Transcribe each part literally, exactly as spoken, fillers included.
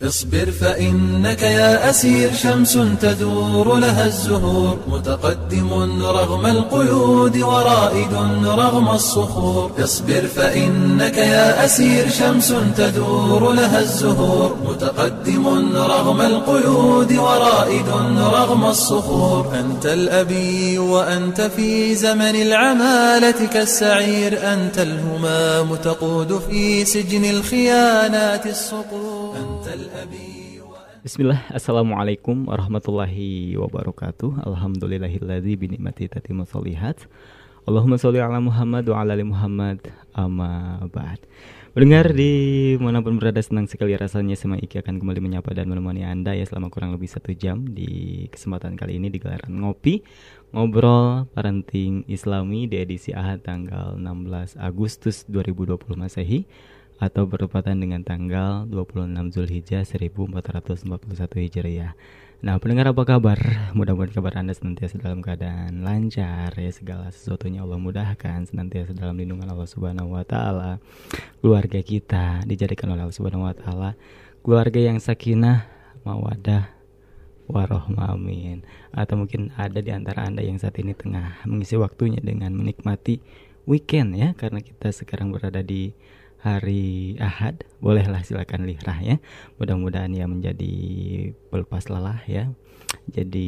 اصبر فإنك يا أسير شمس تدور لها الزهور متقدم رغم القيود ورائد رغم الصخور اصبر فإنك يا أسير شمس تدور لها الزهور متقدم رغم القيود ورائد رغم الصخور أنت الأبي وأنت في زمن العمالة كالسعير أنت الهمام تقود في سجن الخيانات الصقور أنت الأبي. Bismillah, assalamualaikum warahmatullahi wabarakatuh. Alhamdulillahilladzi binikmati tatimmu sholihat. Allahumma sholli ala Muhammad wa ala ali Muhammad, amma ba'd. Mendengar di manapun berada, senang sekali rasanya Sema Iki akan kembali menyapa dan menemani Anda ya selama kurang lebih satu jam di kesempatan kali ini di gelaran ngopi ngobrol parenting Islami di edisi Ahad tanggal enam belas Agustus dua ribu dua puluh Masehi atau bertepatan dengan tanggal dua puluh enam Zulhijjah seribu empat ratus empat puluh satu Hijriah. Nah, pendengar apa kabar? Mudah-mudahan kabar Anda senantiasa dalam keadaan lancar ya, segala sesuatunya Allah mudahkan, senantiasa dalam lindungan Allah Subhanahu wa taala. Keluarga kita dijadikan oleh Allah Subhanahu wa taala keluarga yang sakinah, mawaddah, warahmah, amin. Atau mungkin ada di antara Anda yang saat ini tengah mengisi waktunya dengan menikmati weekend ya, karena kita sekarang berada di hari Ahad, bolehlah silakan lihrah ya. Mudah-mudahan ya menjadi pelepas lelah ya. Jadi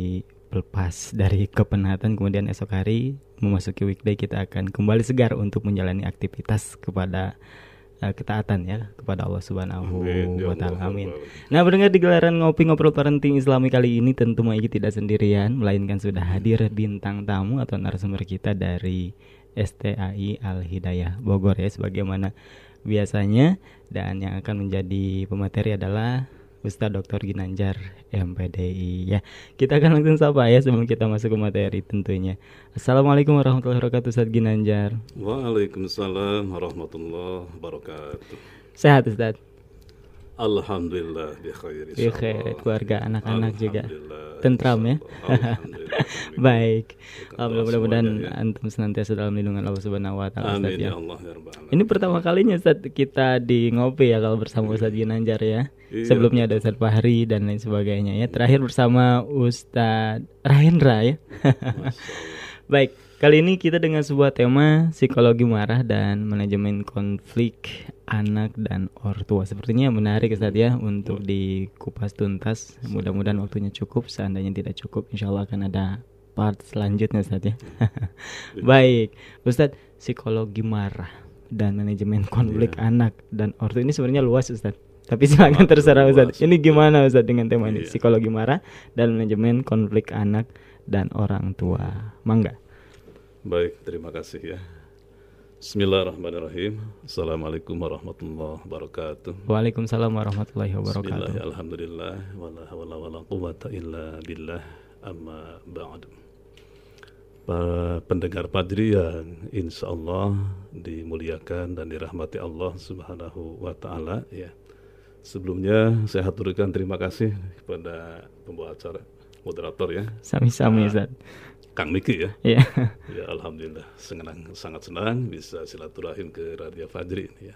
pelepas dari kepenatan, kemudian esok hari memasuki weekday kita akan kembali segar untuk menjalani aktivitas kepada uh, ketaatan ya kepada Allah Subhanahu wa taala. Amin. Nah, mendengar di gelaran ngopi ngobrol parenting Islami kali ini tentu Maiki tidak sendirian, melainkan sudah hadir bintang tamu atau narasumber kita dari S T A I Al-Hidayah Bogor ya, sebagaimana biasanya, dan yang akan menjadi pemateri adalah Ustadz Doktor Ginanjar M P D I ya. Kita akan langsung sapa ya sebelum kita masuk ke materi tentunya. Assalamualaikum warahmatullahi wabarakatuh Ustadz Ginanjar. Waalaikumsalam warahmatullahi wabarakatuh. Sehat Ustadz? Alhamdulillah bi khair. Bi khair, keluarga anak-anak juga tentram ya. Baik. Alhamdulillah, mudah-mudahan antum senantiasa dalam lindungan Allah Subhanahu wa taala. Amin ya. ya Allah ya Rabbal alamin. Ini pertama kalinya Ustaz kita di ngopi ya kalau bersama Ustaz Ginanjar ya. Iya. Sebelumnya ada Ustaz Fahri dan lain sebagainya ya. Terakhir bersama Ustaz Rahendra ya. Baik, kali ini kita dengan sebuah tema psikologi marah dan manajemen konflik anak dan ortua. Sepertinya menarik Ustaz ya untuk dikupas tuntas. Mudah-mudahan waktunya cukup. Seandainya tidak cukup, insya Allah akan ada part selanjutnya Ustaz ya. Baik, Ustaz, psikologi marah dan manajemen konflik yeah. anak dan ortu ini sebenarnya luas Ustaz. Tapi silakan terserah Ustaz. Ini gimana Ustaz dengan tema ini? Yeah. Psikologi marah dan manajemen konflik anak dan orang tua. Mangga. Baik, terima kasih ya. Bismillahirrahmanirrahim. Assalamualaikum warahmatullahi wabarakatuh. Waalaikumsalam warahmatullahi wabarakatuh. Bismillah, alhamdulillah, wala hawla wala quwwata illa billah, amma ba'du. Para pendengar Padri yang insya Allah dimuliakan dan dirahmati Allah Subhanahu wa ta'ala ya. Sebelumnya saya haturkan terima kasih kepada pembawa acara, moderator ya. Sami-sami Ustaz. Kang Miki ya. Iya. Ya alhamdulillah, senang, sangat senang bisa silaturahim ke Radio Fajri ini ya.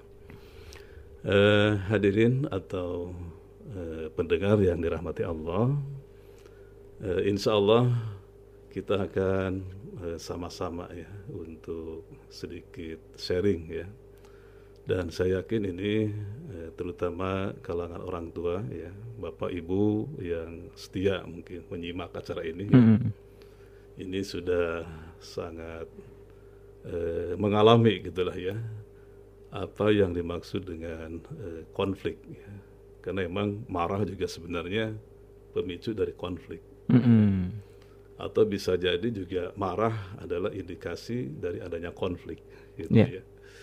Eh, hadirin atau eh, pendengar yang dirahmati Allah, eh, insya Allah kita akan eh, sama-sama ya untuk sedikit sharing ya. Dan saya yakin ini eh, terutama kalangan orang tua ya, bapak ibu yang setia mungkin menyimak acara ini. Mm-hmm. Ya. Ini sudah sangat eh, mengalami gitulah ya apa yang dimaksud dengan eh, konflik ya. Karena memang marah juga sebenarnya pemicu dari konflik. Mm-hmm. Atau bisa jadi juga marah adalah indikasi dari adanya konflik gitu yeah. ya.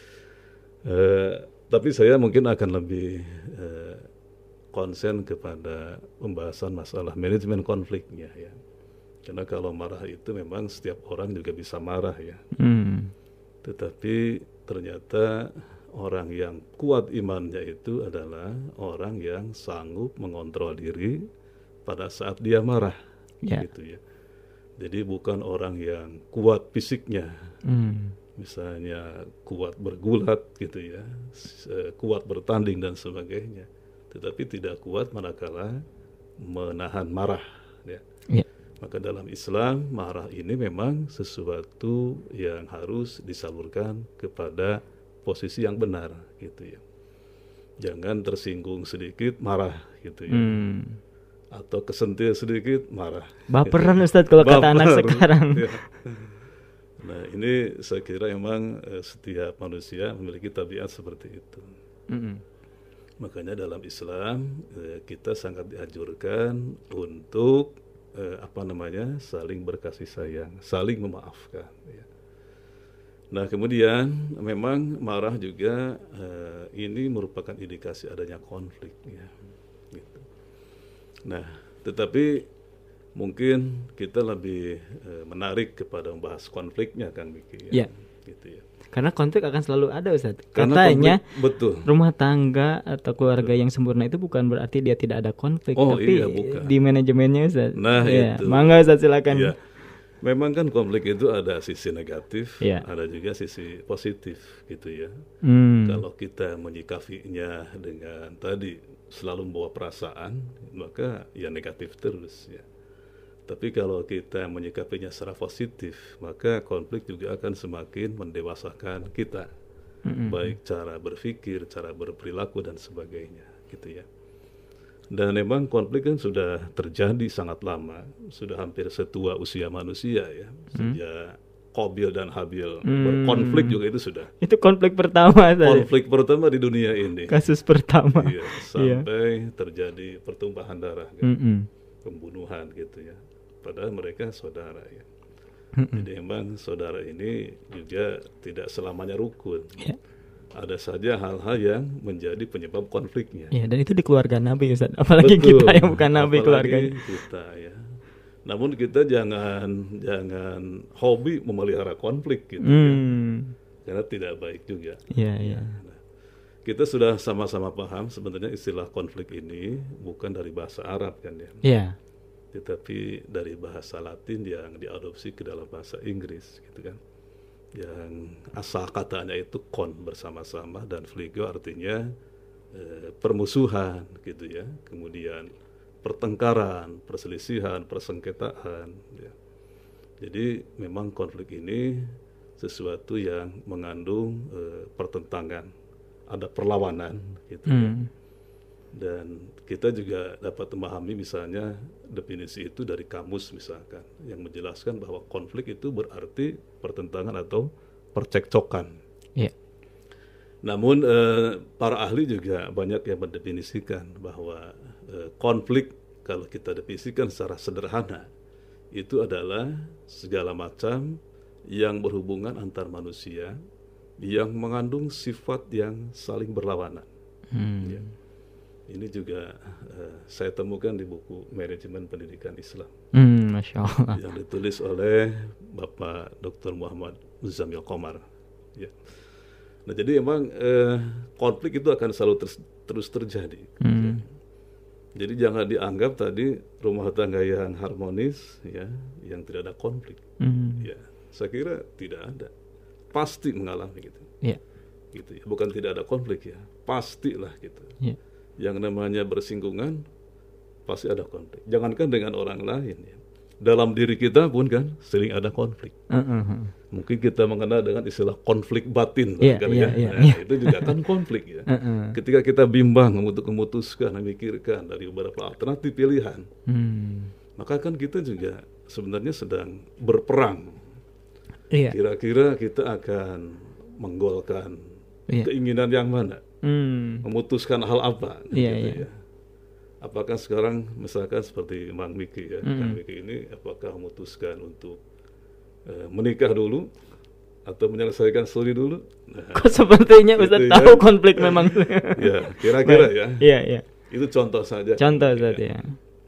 Eh, tapi saya mungkin akan lebih eh, konsen kepada pembahasan masalah manajemen konfliknya ya. Karena kalau marah itu memang setiap orang juga bisa marah ya. Hmm. Tetapi ternyata orang yang kuat imannya itu adalah orang yang sanggup mengontrol diri pada saat dia marah. Yeah. Gitu ya. Jadi bukan orang yang kuat fisiknya. Hmm. Misalnya kuat bergulat gitu ya, kuat bertanding dan sebagainya. tetapi tidak kuat manakala menahan marah. Ya. Ya. Maka dalam Islam marah ini memang sesuatu yang harus disalurkan kepada posisi yang benar, gitu ya. Jangan tersinggung sedikit marah, gitu ya. Hmm. Atau kesentil sedikit marah. Baperan gitu. Ustadz kalau kata Baper, anak sekarang. Ya. Nah ini saya kira memang eh, setiap manusia memiliki tabiat seperti itu. Mm-mm. Makanya dalam Islam eh, kita sangat dianjurkan untuk eh, apa namanya saling berkasih sayang, saling memaafkan. Ya. Nah kemudian memang marah juga eh, ini merupakan indikasi adanya konflik. Ya. Gitu. Nah tetapi mungkin kita lebih eh, menarik kepada membahas konfliknya, Kang Miki. Ya. Ya. Gitu ya. Karena konflik akan selalu ada, Ustaz. Karena Katanya konflik, betul. rumah tangga atau keluarga yang sempurna itu bukan berarti dia tidak ada konflik, Oh, tapi iya, bukan. di manajemennya, Ustaz. Nah, ya. itu. Mangga, Ustaz, silakan. Ya. Memang kan konflik itu ada sisi negatif, Ya. ada juga sisi positif gitu ya. Hmm. Kalau kita menyikapinya dengan tadi selalu membawa perasaan, maka ya negatif terus ya. Tapi kalau kita menyikapinya secara positif, maka konflik juga akan semakin mendewasakan kita. Mm-hmm. Baik cara berpikir, cara berperilaku dan sebagainya, gitu ya. Dan memang konflik kan sudah terjadi sangat lama, sudah hampir setua usia manusia ya. Sejak mm. Qabil dan Habil mm. berkonflik juga itu sudah. Itu konflik pertama tadi. Konflik pertama di dunia ini. Kasus pertama. Iya, sampai terjadi pertumpahan darah, kan? Mm-hmm. Pembunuhan gitu ya. Padahal mereka saudara ya. Mm-mm. Jadi memang saudara ini juga tidak selamanya rukun. Ya. Ada saja hal-hal yang menjadi penyebab konfliknya. Ya, dan itu di keluarga Nabi, Ustaz. Apalagi Betul. kita yang bukan Nabi, Apalagi keluarganya. kita ya. Namun kita jangan jangan hobi memelihara konflik gitu Hmm. ya. Karena tidak baik juga. Iya, iya. Nah, kita sudah sama-sama paham sebenarnya istilah konflik ini bukan dari bahasa Arab kan ya. Iya. Tetapi dari bahasa Latin yang diadopsi ke dalam bahasa Inggris gitu kan, yang asal katanya itu kon bersama-sama dan fligo artinya eh, permusuhan gitu ya, kemudian pertengkaran, perselisihan, persengketaan ya. Jadi memang konflik ini sesuatu yang mengandung eh, pertentangan, ada perlawanan gitu ya. Hmm. Dan kita juga dapat memahami misalnya definisi itu dari kamus misalkan yang menjelaskan bahwa konflik itu berarti pertentangan atau percekcokan. Iya. Namun eh, para ahli juga banyak yang mendefinisikan bahwa eh, konflik kalau kita definisikan secara sederhana itu adalah segala macam yang berhubungan antar manusia yang mengandung sifat yang saling berlawanan. Hmm. Ya. Ini juga uh, saya temukan di buku Manajemen Pendidikan Islam Hmm, Masya Allah. yang ditulis oleh Bapak Doktor Muhammad Muzamil Komar. Ya. Nah jadi memang uh, konflik itu akan selalu ter- terus terjadi. Hmm. Ya. Jadi jangan dianggap tadi rumah tangga yang harmonis, ya, yang tidak ada konflik. Hmm. Ya, saya kira tidak ada, pasti mengalami gitu. Iya. Gitu ya. Bukan tidak ada konflik ya, pastilah gitu. Iya. Yang namanya bersinggungan pasti ada konflik. Jangankan dengan orang lain ya. Dalam diri kita pun kan sering ada konflik. Uh-uh. Mungkin kita mengenal dengan istilah konflik batin Iya, kan iya, ya. iya, Nah, iya. itu juga kan konflik ya. Uh-uh. Ketika kita bimbang untuk memutuskan, memikirkan dari beberapa alternatif pilihan, Hmm. maka kan kita juga sebenarnya sedang berperang. Iya. Kira-kira kita akan menggolkan Iya. keinginan yang mana? Hmm. Memutuskan hal apa? Iya, gitu iya. ya. Apakah sekarang misalkan seperti Mang Miki ya, Mm-mm. Kang Miki ini apakah memutuskan untuk eh, menikah dulu atau menyelesaikan studi dulu? Nah, Kok sepertinya Gitu Ustaz ya. tahu konflik memang. ya, kira-kira ya. Iya, iya. Itu contoh saja. Contoh Ya. Ustaz ya.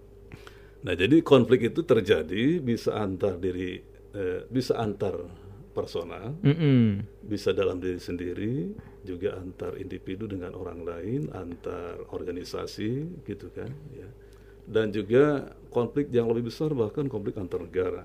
Nah, jadi konflik itu terjadi bisa antar diri, eh, bisa antar personal, Mm-mm. bisa dalam diri sendiri, juga antar individu dengan orang lain, antar organisasi, gitu kan, ya. Dan juga konflik yang lebih besar bahkan konflik antar negara,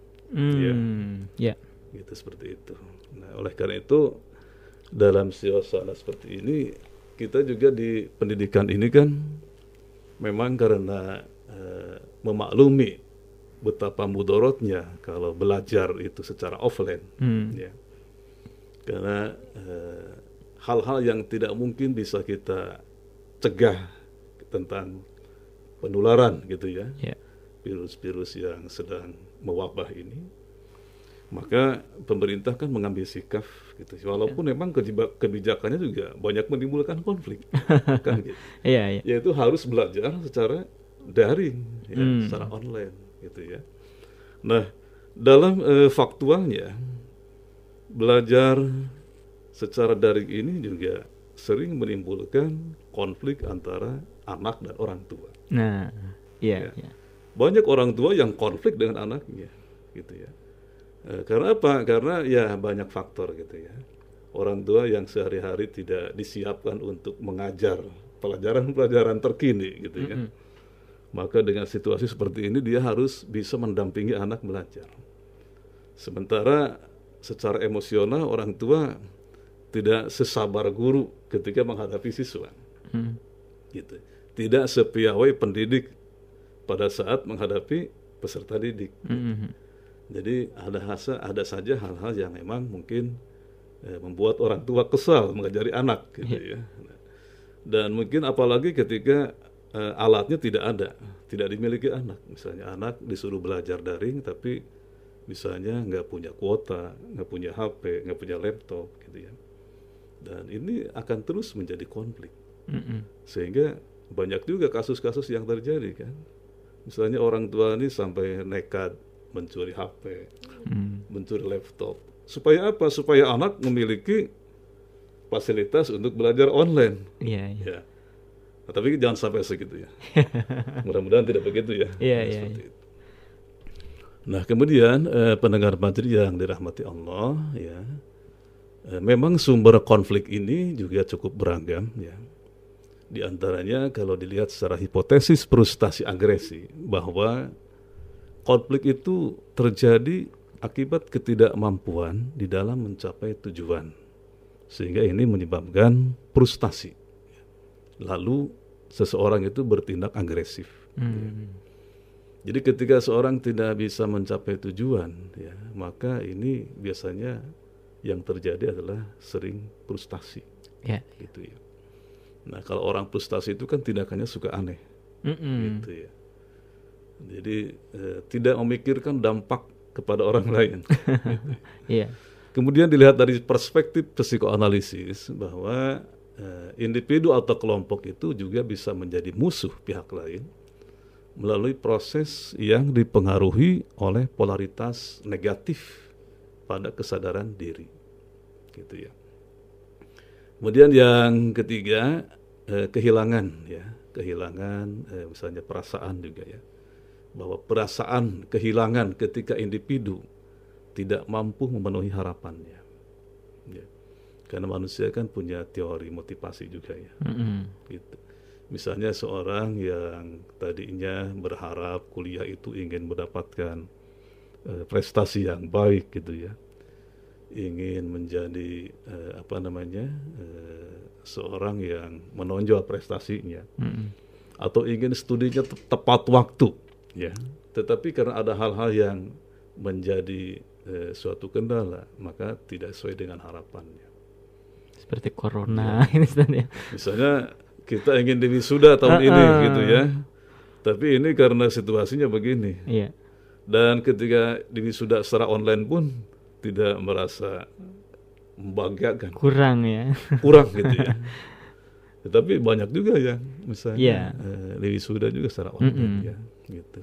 Hmm. Ya. gitu seperti itu. Nah, oleh karena itu dalam suasana seperti ini kita juga di pendidikan ini kan memang karena uh, memaklumi betapa mudorotnya kalau belajar itu secara offline, hmm. ya. Karena uh, hal-hal yang tidak mungkin bisa kita cegah tentang penularan gitu ya, yeah. virus-virus yang sedang mewabah ini, maka pemerintah kan mengambil sikap gitu. Walaupun yeah. memang kebijakannya juga banyak menimbulkan konflik, kan gitu. Yeah, yeah. Yaitu harus belajar secara daring, ya, hmm. secara online, gitu ya. Nah, dalam uh, faktualnya belajar secara daring ini juga sering menimbulkan konflik antara anak dan orang tua. Nah, iya. Ya. iya. Banyak orang tua yang konflik dengan anaknya, gitu ya. E, karena apa? Karena ya banyak faktor gitu ya. Orang tua yang sehari-hari tidak disiapkan untuk mengajar pelajaran-pelajaran terkini, gitu ya. Mm-hmm. Maka dengan situasi seperti ini dia harus bisa mendampingi anak belajar. Sementara secara emosional orang tua tidak sesabar guru ketika menghadapi siswa, hmm. gitu. Tidak sepiawai pendidik pada saat menghadapi peserta didik. Hmm. Jadi ada hasa, ada saja hal-hal yang memang mungkin eh, membuat orang tua kesal mengajari anak, gitu ya. Dan mungkin apalagi ketika eh, alatnya tidak ada, tidak dimiliki anak. Misalnya anak disuruh belajar daring, tapi misalnya nggak punya kuota, nggak punya H P, nggak punya laptop, gitu ya. Dan ini akan terus menjadi konflik. Mm-mm. Sehingga banyak juga kasus-kasus yang terjadi kan. Misalnya orang tua ini sampai nekat mencuri H P, mm. mencuri laptop. Supaya apa? Supaya anak memiliki fasilitas untuk belajar online. Iya, iya. Ya. Nah, tapi jangan sampai segitu ya. Mudah-mudahan tidak begitu ya. Iya, iya. Seperti itu. Nah, kemudian eh, pendengar Fajri yang dirahmati Allah, ya, eh, memang sumber konflik ini juga cukup beragam, ya. Di antaranya kalau dilihat secara hipotesis frustasi agresi, bahwa konflik itu terjadi akibat ketidakmampuan di dalam mencapai tujuan, sehingga ini menyebabkan frustasi. Lalu seseorang itu bertindak agresif. Hmm. Ya. Jadi ketika seorang tidak bisa mencapai tujuan, ya, maka ini biasanya yang terjadi adalah sering frustasi, yeah. gitu ya. Nah, kalau orang frustasi itu kan tindakannya suka aneh, Mm-mm. gitu ya. Jadi eh, tidak memikirkan dampak kepada orang lain. Gitu. Yeah. Kemudian dilihat dari perspektif psikoanalisis bahwa eh, individu atau kelompok itu juga bisa menjadi musuh pihak lain melalui proses yang dipengaruhi oleh polaritas negatif pada kesadaran diri, gitu ya. Kemudian yang ketiga, eh, kehilangan, ya, kehilangan, eh, misalnya perasaan juga ya, bahwa perasaan kehilangan ketika individu tidak mampu memenuhi harapannya, ya. Karena manusia kan punya teori motivasi juga ya, mm-hmm. gitu. Misalnya seorang yang tadinya berharap kuliah itu ingin mendapatkan uh, prestasi yang baik gitu ya, ingin menjadi uh, apa namanya uh, seorang yang menonjol prestasinya, mm-hmm. atau ingin studinya te- tepat waktu, ya. Tetapi karena ada hal-hal yang menjadi uh, suatu kendala, maka tidak sesuai dengan harapannya. Seperti corona, ya. Ini misalnya kita ingin diwisuda tahun uh-uh. ini gitu ya, tapi ini karena situasinya begini, yeah. dan ketika diwisuda secara online pun tidak merasa membanggakan, kurang ya, kurang gitu ya. Tetapi banyak juga yang misalnya yeah. uh, diwisuda juga secara online, mm-hmm. ya, gitu.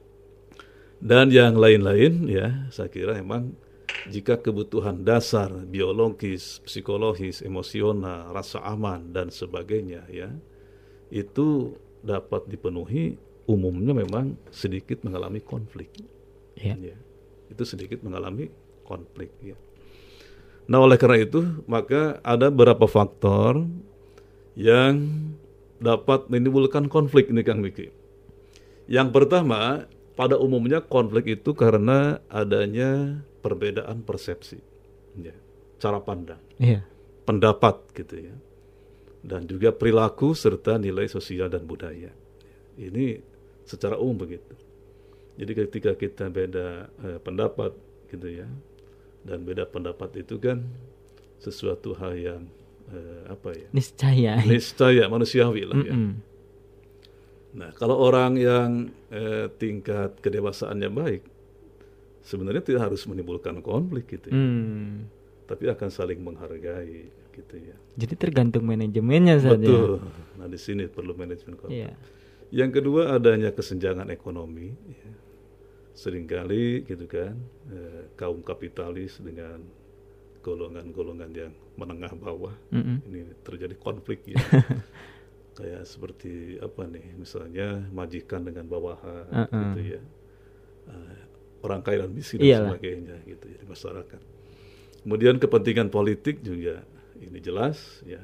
Dan yang lain-lain ya, saya kira memang jika kebutuhan dasar biologis, psikologis, emosional, rasa aman dan sebagainya ya, itu dapat dipenuhi, umumnya memang sedikit mengalami konflik. Yeah. Ya, itu sedikit mengalami konflik ya. Nah, oleh karena itu maka ada beberapa faktor yang dapat menimbulkan konflik ini Kang Miki. Yang pertama, pada umumnya konflik itu karena adanya perbedaan persepsi, ya, cara pandang, yeah. pendapat gitu ya. dan juga perilaku serta nilai sosial dan budaya. Ini secara umum begitu. Jadi ketika kita beda eh, pendapat gitu ya, dan beda pendapat itu kan sesuatu hal yang eh, apa ya? Niscaya. Niscaya manusiawi lah ya. Mm-mm. Nah, kalau orang yang eh, tingkat kedewasaannya baik, sebenarnya tidak harus menimbulkan konflik gitu ya. Mm. Tapi akan saling menghargai gitu ya. Jadi tergantung manajemennya saja. Betul. Nah, di sini perlu manajemen konflik. Iya. Yang kedua adanya kesenjangan ekonomi. Ya. Seringkali gitu kan, eh, kaum kapitalis dengan golongan-golongan yang menengah bawah, Mm-mm. ini terjadi konflik ya. Kayak seperti apa nih, misalnya majikan dengan bawahan Uh-uh. gitu ya, uh, orang kaya dan miskin dan Iyalah. sebagainya gitu ya di masyarakat. Kemudian kepentingan politik juga ini jelas ya,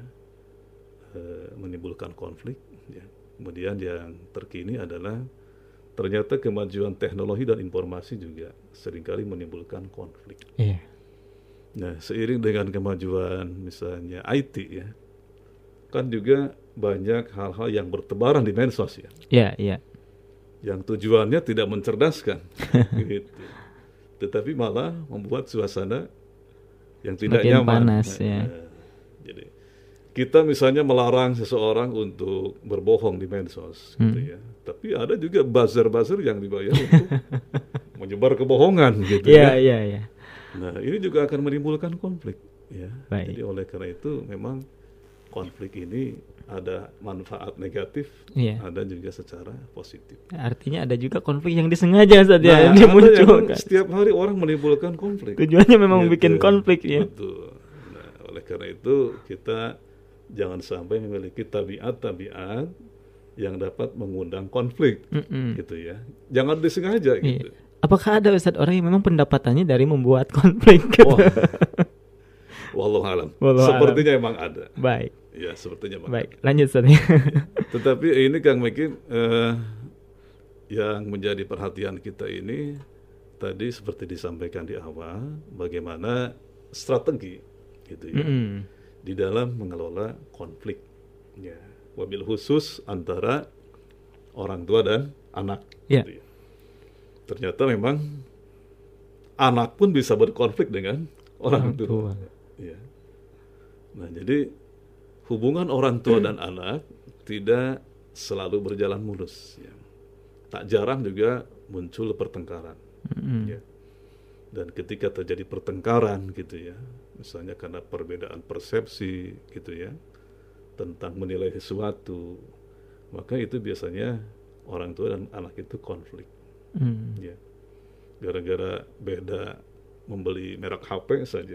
uh, menimbulkan konflik ya. Kemudian yang terkini adalah ternyata kemajuan teknologi dan informasi juga seringkali menimbulkan konflik. Iya. Nah, seiring dengan kemajuan misalnya I T ya, kan juga banyak hal-hal yang bertebaran di medsos ya, Iya, iya. yang tujuannya tidak mencerdaskan, gitu. Tetapi malah membuat suasana yang tidak Makin nyaman. panas, Nah, ya. Jadi kita misalnya melarang seseorang untuk berbohong di medsos, gitu Hmm. ya. Tapi ada juga buzzer-buzzer yang dibayar untuk menyebar kebohongan, gitu Iya, ya. iya, iya. Nah, ini juga akan menimbulkan konflik, ya. Baik. Jadi oleh karena itu memang konflik ini ada manfaat negatif, Iya. ada juga secara positif. Artinya ada juga konflik yang disengaja saja Nah, yang ada yang dimunculkan. setiap hari orang menimbulkan konflik. Tujuannya memang Gitu. bikin konflik ya. Betul. Nah, oleh karena itu kita jangan sampai memiliki tabiat-tabiat yang dapat mengundang konflik, Mm-mm. gitu ya. Jangan disengaja Iya. gitu. Apakah ada Ustadz orang yang memang pendapatannya dari membuat konflik? Wah. Wallahu alam. Wallahu Sepertinya emang ada. Baik, Ya, sepertinya emang baik. Lanjut Ustadz. Tetapi ini Kang Meki, eh, yang menjadi perhatian kita ini tadi seperti disampaikan di awal, bagaimana strategi gitu ya, Mm-mm. di dalam mengelola konflik. Ya, wabil khusus antara orang tua dan anak. Ya. Gitu ya. Ternyata memang anak pun bisa berkonflik dengan orang Orang tua. tua. Ya. Nah, jadi hubungan orang tua dan anak tidak selalu berjalan mulus. Ya. Tak jarang juga muncul pertengkaran. Mm-mm. Ya. Dan ketika terjadi pertengkaran gitu ya, misalnya karena perbedaan persepsi gitu ya, tentang menilai sesuatu, maka itu biasanya orang tua dan anak itu konflik. Mm. Ya. Gara-gara beda membeli merek H P saja.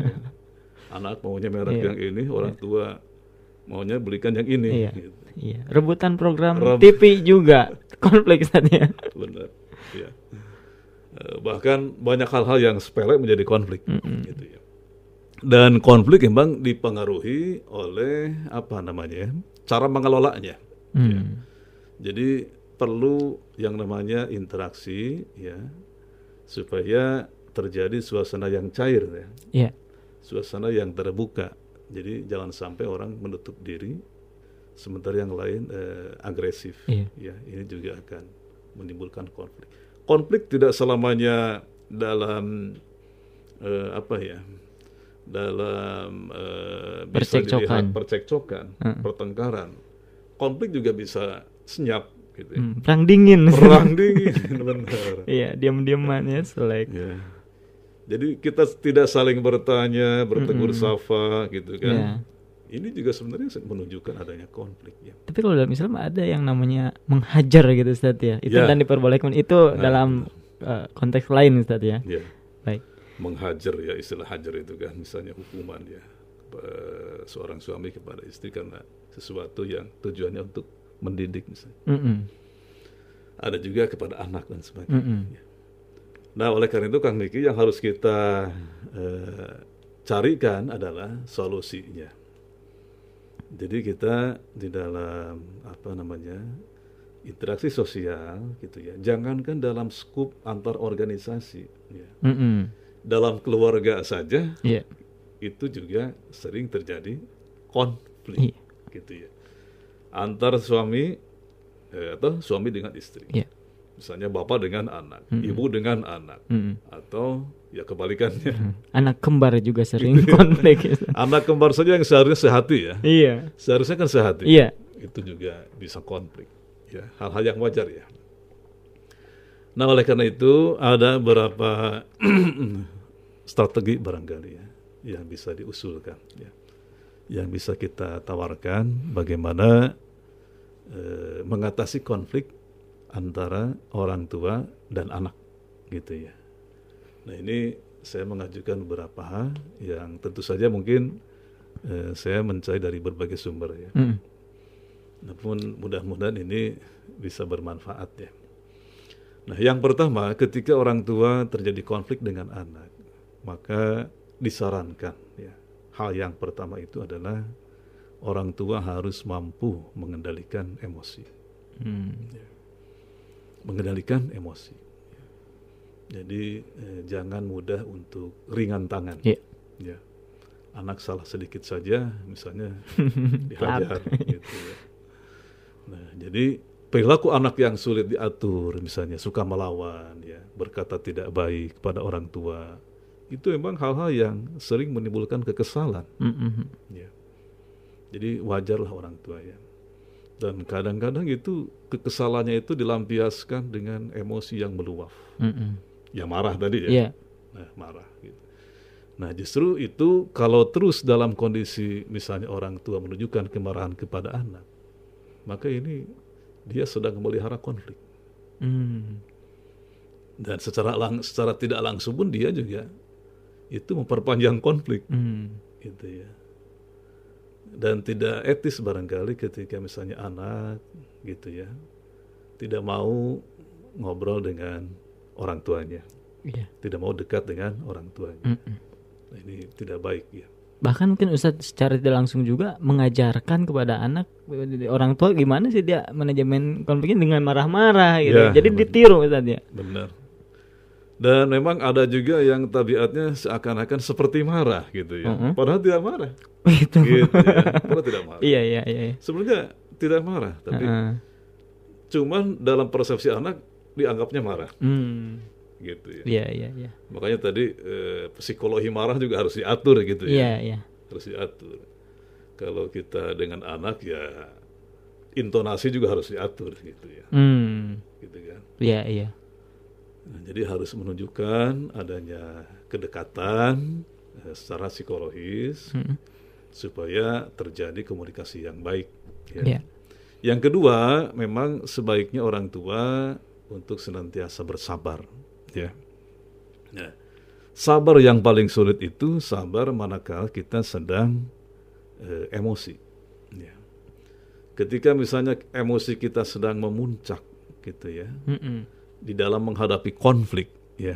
Anak maunya merek Iya. yang ini, orang tua maunya belikan yang ini. Iya. Gitu. Iya. Rebutan program Reb- T V juga konflik Ustadz ya. Benar. Ya. Eh, Bahkan banyak hal-hal yang sepele menjadi konflik. Mm-mm. Gitu ya. Dan konflik memang dipengaruhi oleh apa namanya, cara mengelolanya. Mm. Ya. Jadi perlu yang namanya interaksi ya, supaya terjadi suasana yang cair ya, Iya. suasana yang terbuka. Jadi jangan sampai orang menutup diri, sementara yang lain eh, agresif. Iya. Ya, ini juga akan menimbulkan konflik. Konflik tidak selamanya dalam eh, apa ya, dalam eh, bisa Percekcokan. dilihat percekcokan, Uh-uh. pertengkaran. Konflik juga bisa senyap gitu ya. Mm, perang dingin. Perang dingin, benar. Iya, diam-diaman ya, selek. Ya. Jadi kita tidak saling bertanya, bertegur Mm-mm. sapa gitu kan. Iya. Ini juga sebenarnya menunjukkan adanya konflik ya. Tapi kalau dalam Islam ada yang namanya menghajar gitu Ustadz ya. Itu Ya. dan diperbolehkan. Itu Nah, dalam uh, konteks lain Ustadz ya. Ya. Baik. Menghajar ya, istilah hajar itu kan misalnya hukuman ya, eh, seorang suami kepada istri karena sesuatu yang tujuannya untuk mendidik misalnya. Mm-mm. Ada juga kepada anak dan sebagainya. Mm-mm. Ya. Nah, oleh karena itu Kang Niki, yang harus kita eh, carikan adalah solusinya. Jadi kita di dalam apa namanya, interaksi sosial gitu ya, jangankan dalam skup antar organisasi ya. Mm-mm. Dalam keluarga saja Iya. itu juga sering terjadi konflik. Iya. gitu ya. Antar suami eh, atau suami dengan istri. Yeah. Misalnya bapak dengan anak, Mm-mm. ibu dengan anak, Mm-mm. atau ya kebalikannya. Mm. Anak kembar juga sering konflik. Anak kembar saja yang seharusnya sehati ya. Iya. Seharusnya kan sehati. Iya. Itu juga bisa konflik. Ya, hal-hal yang wajar ya. Nah, oleh karena itu ada beberapa strategi barangkali ya yang bisa diusulkan ya. Yang bisa kita tawarkan bagaimana eh, mengatasi konflik antara orang tua dan anak gitu ya. Nah, ini saya mengajukan beberapa hal yang tentu saja mungkin eh, saya mencari dari berbagai sumber ya. Mm. Namun mudah-mudahan ini bisa bermanfaat ya. Nah, yang pertama, ketika orang tua terjadi konflik dengan anak, maka disarankan ya. Hal yang pertama itu adalah orang tua harus mampu mengendalikan emosi. Mm. Ya. Mengendalikan emosi. Ya. Jadi eh, jangan mudah untuk ringan tangan. Yeah. Ya. Anak salah sedikit saja, misalnya dihajar gitu ya. Nah, jadi perilaku anak yang sulit diatur, misalnya suka melawan, ya, berkata tidak baik kepada orang tua, itu memang hal-hal yang sering menimbulkan kekesalan. Mm-mm. Ya. Jadi wajarlah orang tua ya. Dan kadang-kadang itu kekesalannya itu dilampiaskan dengan emosi yang meluap. Mm-mm. Ya marah tadi ya. Iya. Nah, marah gitu. Nah, justru itu kalau terus dalam kondisi misalnya orang tua menunjukkan kemarahan kepada anak, maka ini dia sedang memelihara konflik. Mm. Dan secara lang- secara tidak langsung pun dia juga itu memperpanjang konflik. Mm. Gitu ya. Dan tidak etis barangkali ketika misalnya anak gitu ya tidak mau ngobrol dengan orang tuanya, Iya. tidak mau dekat dengan orang tuanya. Mm-mm. Nah, ini tidak baik ya. Bahkan mungkin Ustadz secara tidak langsung juga mengajarkan kepada anak, orang tua gimana sih dia manajemen konfliknya dengan marah-marah gitu. Ya, Jadi benar. ditiru Ustadz ya. Benar. Dan memang ada juga yang tabiatnya seakan-akan seperti marah gitu ya. Mm-mm. Padahal tidak marah. Gitu. Gitu ya. Padahal tidak marah. Iya iya iya. Sebenarnya tidak marah, tapi Uh-uh. cuman dalam persepsi anak dianggapnya marah. Hmm. Gitu ya. Iya iya iya. Makanya tadi eh, psikologi marah juga harus diatur gitu ya. Iya iya. Harus diatur. Kalau kita dengan anak ya intonasi juga harus diatur gitu ya. Hmm. Gitu kan. Iya iya. Nah, jadi harus menunjukkan adanya kedekatan eh, secara psikologis Mm-mm. supaya terjadi komunikasi yang baik. Ya. Iya. Yang kedua, memang sebaiknya orang tua untuk senantiasa bersabar. Ya. Nah, sabar yang paling sulit itu sabar manakala kita sedang eh, emosi. Ya. Ketika misalnya emosi kita sedang memuncak, gitu ya. Mm-mm. Di dalam menghadapi konflik, ya,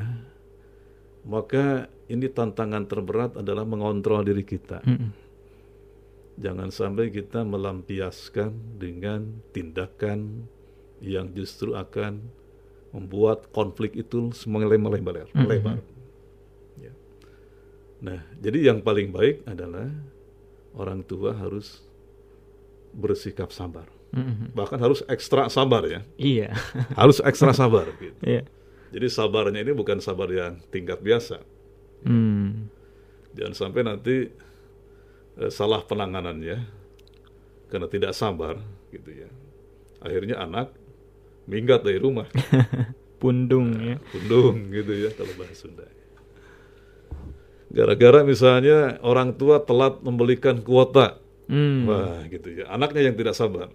maka ini tantangan terberat adalah mengontrol diri kita. Mm-mm. Jangan sampai kita melampiaskan dengan tindakan yang justru akan membuat konflik itu semakin melebar. Mm-hmm. melebar. Ya. Nah, jadi yang paling baik adalah orang tua harus bersikap sabar. Mm-mm. Bahkan harus ekstra sabar ya. Iya. Harus ekstra sabar gitu. Iya. Jadi sabarnya ini bukan sabar yang tingkat biasa. Hmm. Jangan sampai nanti eh, salah penanganannya karena tidak sabar gitu ya. Akhirnya anak minggat dari rumah. Pundung ya. Pundung gitu ya kalau bahasa Sunda. Gara-gara misalnya orang tua telat membelikan kuota. Hmm. Wah gitu ya. Anaknya yang tidak sabar.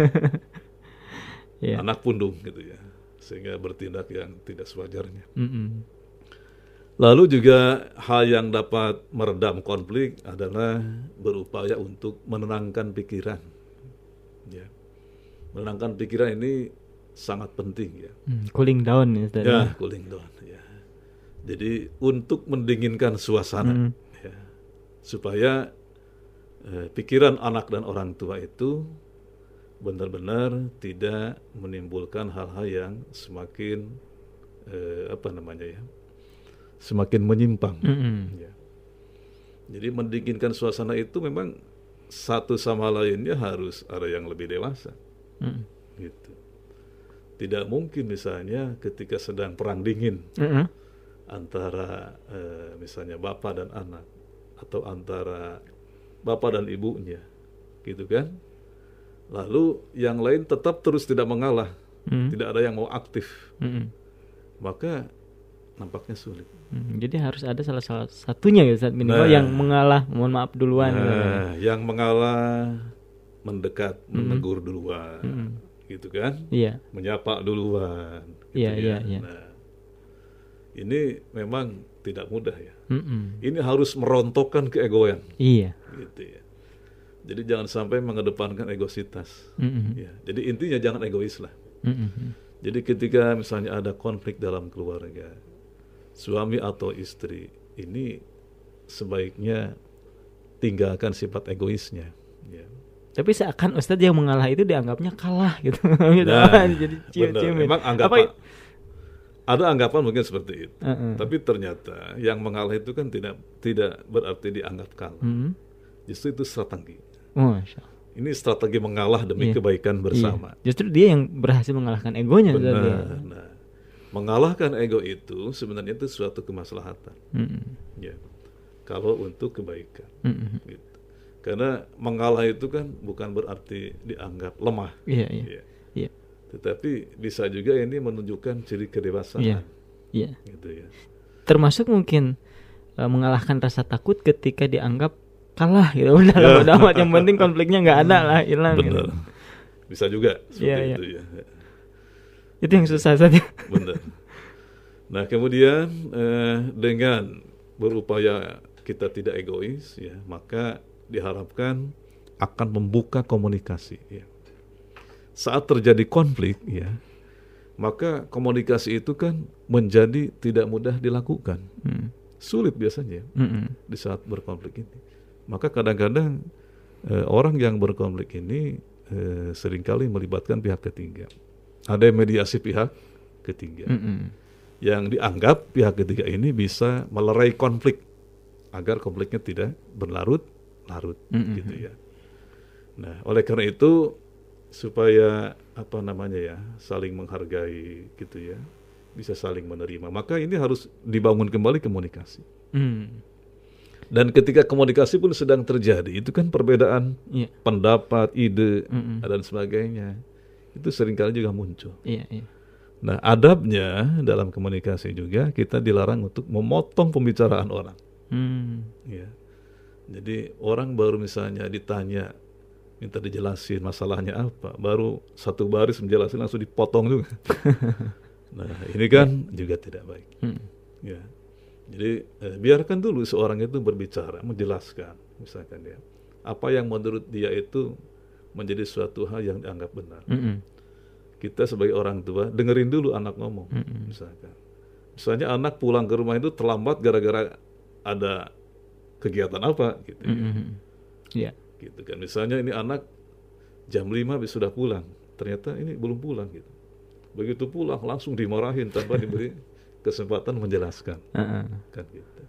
Iya. Anak pundung gitu ya. Sehingga bertindak yang tidak sewajarnya. Mm-mm. Lalu juga hal yang dapat meredam konflik adalah berupaya untuk menenangkan pikiran. Ya. Menenangkan pikiran ini sangat penting ya. Hmm, cooling down ya Ustaz. Ya, cooling down ya. Jadi untuk mendinginkan suasana Mm. ya. Supaya eh, pikiran anak dan orang tua itu benar-benar tidak menimbulkan hal-hal yang semakin eh, apa namanya ya? Semakin menyimpang. Mm-mm. Ya. Jadi mendinginkan suasana itu memang satu sama lainnya harus ada yang lebih dewasa. Mm. Gitu. Tidak mungkin misalnya ketika sedang perang dingin Mm-mm. antara eh, misalnya bapak dan anak, atau antara bapak dan ibunya, gitu kan? Lalu yang lain tetap terus tidak mengalah, Mm. tidak ada yang mau aktif, Mm-mm. maka nampaknya sulit. Mm. Jadi harus ada salah salah satunya ya Ustaz, minimal Nah. yang mengalah, mohon maaf duluan. Nah, yang mengalah, mendekat, Mm-mm. menegur duluan, Mm-mm. gitu kan? Iya. Menyapa duluan, gitu Iya, ya. iya, iya. Nah, ini memang tidak mudah ya. Mm-mm. Ini harus merontokkan keegoan, Iya. gitu ya. Jadi jangan sampai mengedepankan egositas. Mm-mm. Ya, jadi intinya jangan egois lah. Mm-mm. Jadi ketika misalnya ada konflik dalam keluarga, suami atau istri, ini sebaiknya tinggalkan sifat egoisnya. Ya. Tapi seakan Ustadz yang mengalah itu dianggapnya kalah gitu. Gitu. Nah, Jadi cium-ciumin. Memang Apa? anggapan, ada anggapan mungkin seperti itu. Uh-uh. Tapi ternyata yang mengalah itu kan tidak tidak berarti dianggap kalah. Mm. Justru itu strategi. Oh, Masya Allah. Ini strategi mengalah demi Iya. kebaikan bersama. Iya. Justru dia yang berhasil mengalahkan egonya. Ustadz, ya. Benar. Nah, mengalahkan ego itu sebenarnya itu suatu kemaslahatan. Mm-mm. Ya. Kalau untuk kebaikan. Mm-mm. Gitu. Karena mengalah itu kan bukan berarti dianggap lemah. Iya, iya. Ya. Iya. Tetapi bisa juga ini menunjukkan ciri kedewasaan. Iya. Iya. Gitu ya. Termasuk mungkin uh, mengalahkan rasa takut ketika dianggap kalah gitu. Udah lah, udah amat, yang penting konfliknya nggak ada lah, hilang. Benar. Gitu. Bisa juga seperti Iya, iya. itu ya. Itu yang susah saja. Benar. Nah, kemudian eh, dengan berupaya kita tidak egois ya, maka diharapkan akan membuka komunikasi ya. Saat terjadi konflik ya, maka komunikasi itu kan menjadi tidak mudah dilakukan. Mm. Sulit biasanya Mm-mm. di saat berkonflik ini. Maka kadang-kadang eh, orang yang berkonflik ini eh, seringkali melibatkan pihak ketiga. Ada mediasi pihak ketiga. Mm-mm. Yang dianggap pihak ketiga ini bisa melerai konflik agar konfliknya tidak berlarut-larut. Mm-mm. Gitu ya. Nah, oleh karena itu supaya apa namanya ya, saling menghargai gitu ya, bisa saling menerima, maka ini harus dibangun kembali komunikasi. Mm. Dan ketika komunikasi pun sedang terjadi, itu kan perbedaan Iya. pendapat, ide, Mm-mm. dan sebagainya. Itu seringkali juga muncul. Iya, iya. Nah, adabnya dalam komunikasi juga kita dilarang untuk memotong pembicaraan orang. Mm. Ya. Jadi orang baru misalnya ditanya, minta dijelasin masalahnya apa, baru satu baris menjelaskan langsung dipotong juga. Nah, ini kan juga tidak baik. Mm. Ya. Jadi eh, biarkan dulu seorang itu berbicara, menjelaskan, misalkan ya, apa yang menurut dia itu menjadi suatu hal yang dianggap benar. Mm-mm. Kita sebagai orang tua dengerin dulu anak ngomong, Mm-mm. misalkan. Misalnya anak pulang ke rumah itu terlambat gara-gara ada kegiatan apa, gitu. Ya. Mm-mm. Iya. Gitu kan. Misalnya ini anak jam lima habis sudah pulang, ternyata ini belum pulang gitu. Begitu pulang langsung dimarahin tanpa diberi kesempatan menjelaskan. Uh-uh. Kan gitu.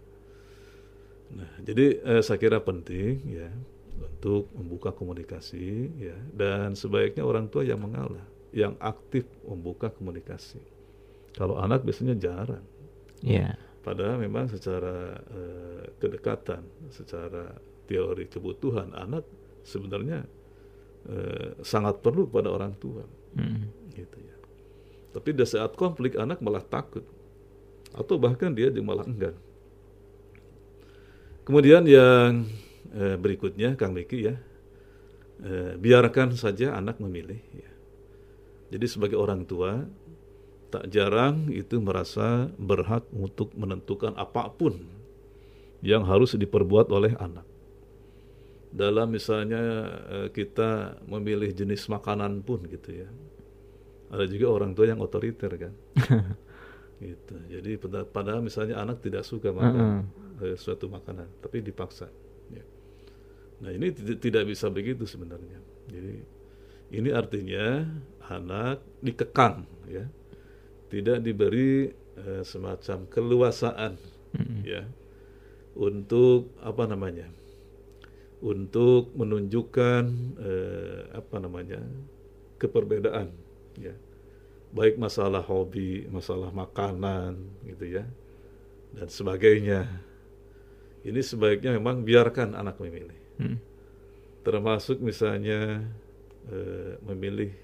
Nah, jadi eh, saya kira penting ya untuk membuka komunikasi ya, dan sebaiknya orang tua yang mengalah, yang aktif membuka komunikasi. Kalau anak biasanya jarang. Iya. Padahal memang secara eh, kedekatan, secara teori kebutuhan anak sebenarnya eh, sangat perlu pada orang tua. Mm. Gitu ya. Tapi di saat konflik anak malah takut, atau bahkan dia malah enggan. Kemudian yang eh, berikutnya, Kang Miki ya, eh, biarkan saja anak memilih. Ya. Jadi sebagai orang tua, tak jarang itu merasa berhak untuk menentukan apapun yang harus diperbuat oleh anak. Dalam misalnya eh, kita memilih jenis makanan pun gitu ya. Ada juga orang tua yang otoriter kan. Gitu. Jadi padahal misalnya anak tidak suka makan uh-uh. suatu makanan, tapi dipaksa. Ya. Nah ini t- tidak bisa begitu sebenarnya. Jadi ini artinya anak dikekang, ya, tidak diberi eh, semacam keluasaan, mm-hmm. ya, untuk apa namanya, untuk menunjukkan eh, apa namanya keperbedaan, ya, baik masalah hobi, masalah makanan, gitu ya, dan sebagainya. Ini sebaiknya memang biarkan anak memilih, hmm. termasuk misalnya eh, memilih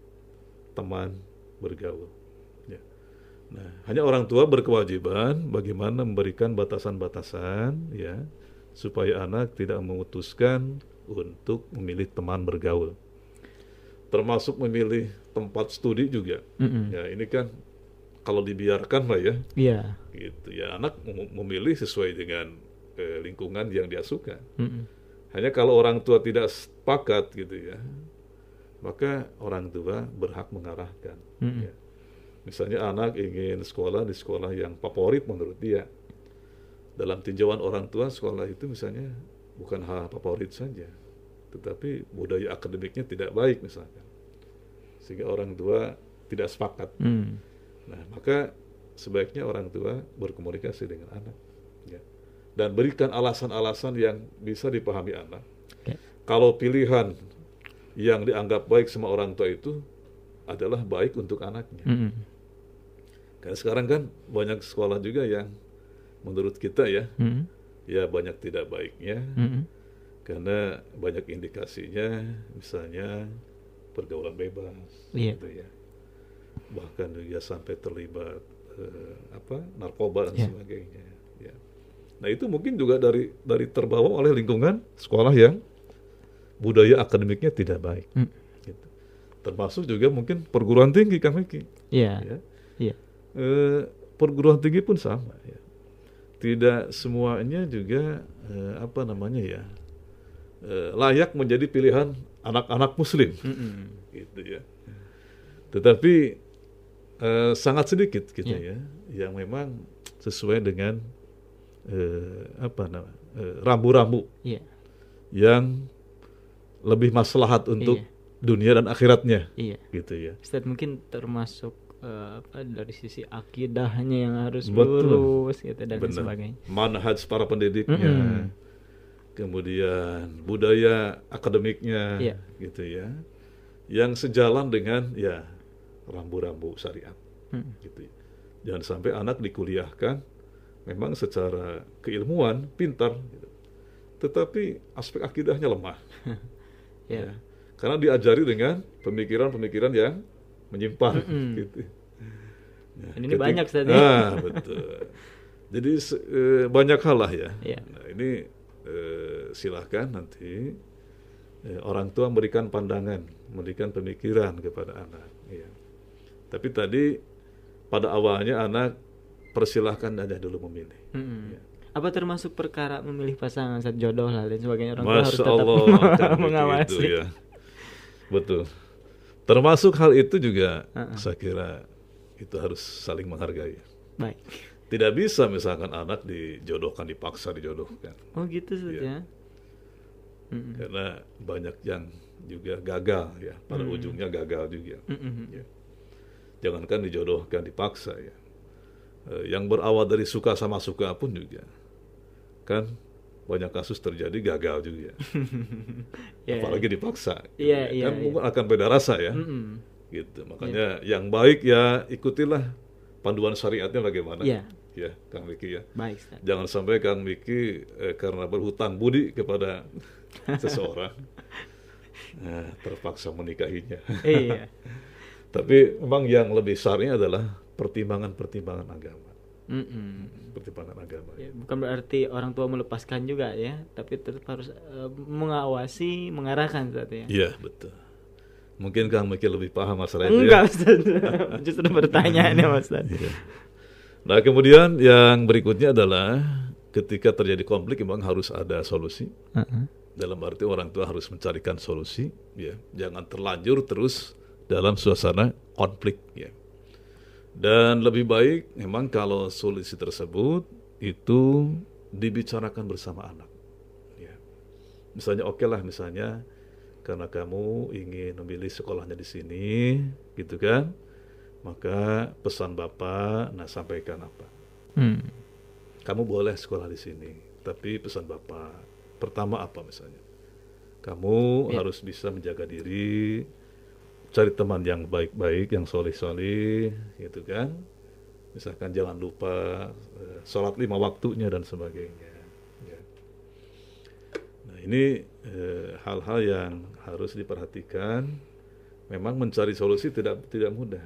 teman bergaul. Ya. Nah, hanya orang tua berkewajiban bagaimana memberikan batasan-batasan, ya, supaya anak tidak memutuskan untuk memilih teman bergaul. Termasuk memilih tempat studi juga. Mm-hmm. Ya, ini kan kalau dibiarkan lah ya. Iya. Yeah. Gitu ya, anak memilih sesuai dengan eh, lingkungan yang dia suka. Mm-hmm. Hanya kalau orang tua tidak sepakat gitu ya, maka orang tua berhak mengarahkan. Mm-hmm. Ya. Misalnya anak ingin sekolah di sekolah yang favorit menurut dia. Dalam tinjauan orang tua, sekolah itu misalnya bukan hal favorit saja, tetapi budaya akademiknya tidak baik misalkan, sehingga orang tua tidak sepakat. Hmm. Nah, maka sebaiknya orang tua berkomunikasi dengan anak, ya, dan berikan alasan-alasan yang bisa dipahami anak. Okay. Kalau pilihan yang dianggap baik sama orang tua itu adalah baik untuk anaknya. Hmm. Karena sekarang kan banyak sekolah juga yang menurut kita ya, mm-hmm. ya banyak tidak baiknya, mm-hmm. karena banyak indikasinya, misalnya pergaulan bebas, yeah. gitu ya, bahkan juga sampai terlibat eh, apa narkoba dan yeah. sebagainya. Ya. Nah itu mungkin juga dari dari terbawa oleh lingkungan sekolah yang budaya akademiknya tidak baik, mm. gitu. Termasuk juga mungkin perguruan tinggi Kang Miki. Yeah. Ya. Yeah. Eh, perguruan tinggi pun sama. Ya. Tidak semuanya juga eh, apa namanya ya eh, layak menjadi pilihan anak-anak Muslim, mm-hmm. gitu ya. Tetapi eh, sangat sedikit gitu yeah. ya, yang memang sesuai dengan eh, apa namanya eh, rambu-rambu yeah. yang lebih maslahat untuk yeah. dunia dan akhiratnya, yeah. gitu ya. Ustaz, mungkin termasuk Uh, apa dari sisi akidahnya yang harus lurus gitu dan Benar. sebagainya. Manhaj para pendidiknya, mm-hmm. kemudian budaya akademiknya, yeah. gitu ya, yang sejalan dengan ya rambu-rambu syariat, mm. gitu. Jangan sampai anak dikuliahkan memang secara keilmuan pintar, gitu. Tetapi aspek akidahnya lemah, yeah. ya. Karena diajari dengan pemikiran-pemikiran yang menyimpang, mm-hmm. gitu. Nah, ini ketika, banyak tadi. Ah, betul. Jadi e, banyak hal lah ya. Yeah. Nah, ini e, silahkan nanti e, orang tua memberikan pandangan, memberikan pemikiran kepada anak. Ya. Tapi tadi pada awalnya anak persilahkan aja dulu memilih. Mm-hmm. Ya. Apa termasuk perkara memilih pasangan saat jodoh lah dan sebagainya, orang tua harus tetap Allah, mengawasi. Itu, ya. Betul. Termasuk hal itu juga uh-uh. saya kira itu harus saling menghargai. Baik. Tidak bisa misalkan anak dijodohkan, dipaksa dijodohkan. Oh gitu saja. Ya. Mm-mm. Karena banyak yang juga gagal ya, pada mm-mm. ujungnya gagal juga. Ya. Jangankan dijodohkan, dipaksa ya. E, yang berawal dari suka sama suka pun juga kan banyak kasus terjadi gagal juga. yeah. Apalagi dipaksa. Yeah, gitu. yeah, kan yeah. mungkin akan beda rasa ya. Mm-hmm. Gitu. Makanya yeah. yang baik ya ikutilah panduan syariatnya bagaimana. Yeah. Ya, Kang Miki ya. Baik, Ustaz. Jangan sampai Kang Miki eh, karena berhutang budi kepada seseorang nah, terpaksa menikahinya. Iya. Tapi memang yang lebih besarnya adalah pertimbangan-pertimbangan agama. Mm-mm. Pertimbangan agama. Ya, bukan berarti orang tua melepaskan juga ya, tapi tetap harus uh, mengawasi, mengarahkan saat ya. Iya betul. Mungkin Kang Miki lebih paham masalah itu. Enggak, ya? Ustaz. Justru bertanya nih Mas. Iya. Nah kemudian yang berikutnya adalah ketika terjadi konflik memang harus ada solusi. Uh-huh. Dalam arti orang tua harus mencarikan solusi, ya. Jangan terlanjur terus dalam suasana konflik, ya. Dan lebih baik memang kalau solusi tersebut itu dibicarakan bersama anak. Ya. Misalnya oke okay lah misalnya karena kamu ingin memilih sekolahnya di sini, gitu kan? Maka pesan Bapak, nah sampaikan apa? Hmm. Kamu boleh sekolah di sini, tapi pesan Bapak pertama apa misalnya? Kamu Ya. harus bisa menjaga diri, cari teman yang baik-baik, yang solih-solih, gitu kan. Misalkan jangan lupa eh, sholat lima waktunya dan sebagainya. Ya. Nah ini eh, hal-hal yang harus diperhatikan. Memang mencari solusi tidak tidak mudah.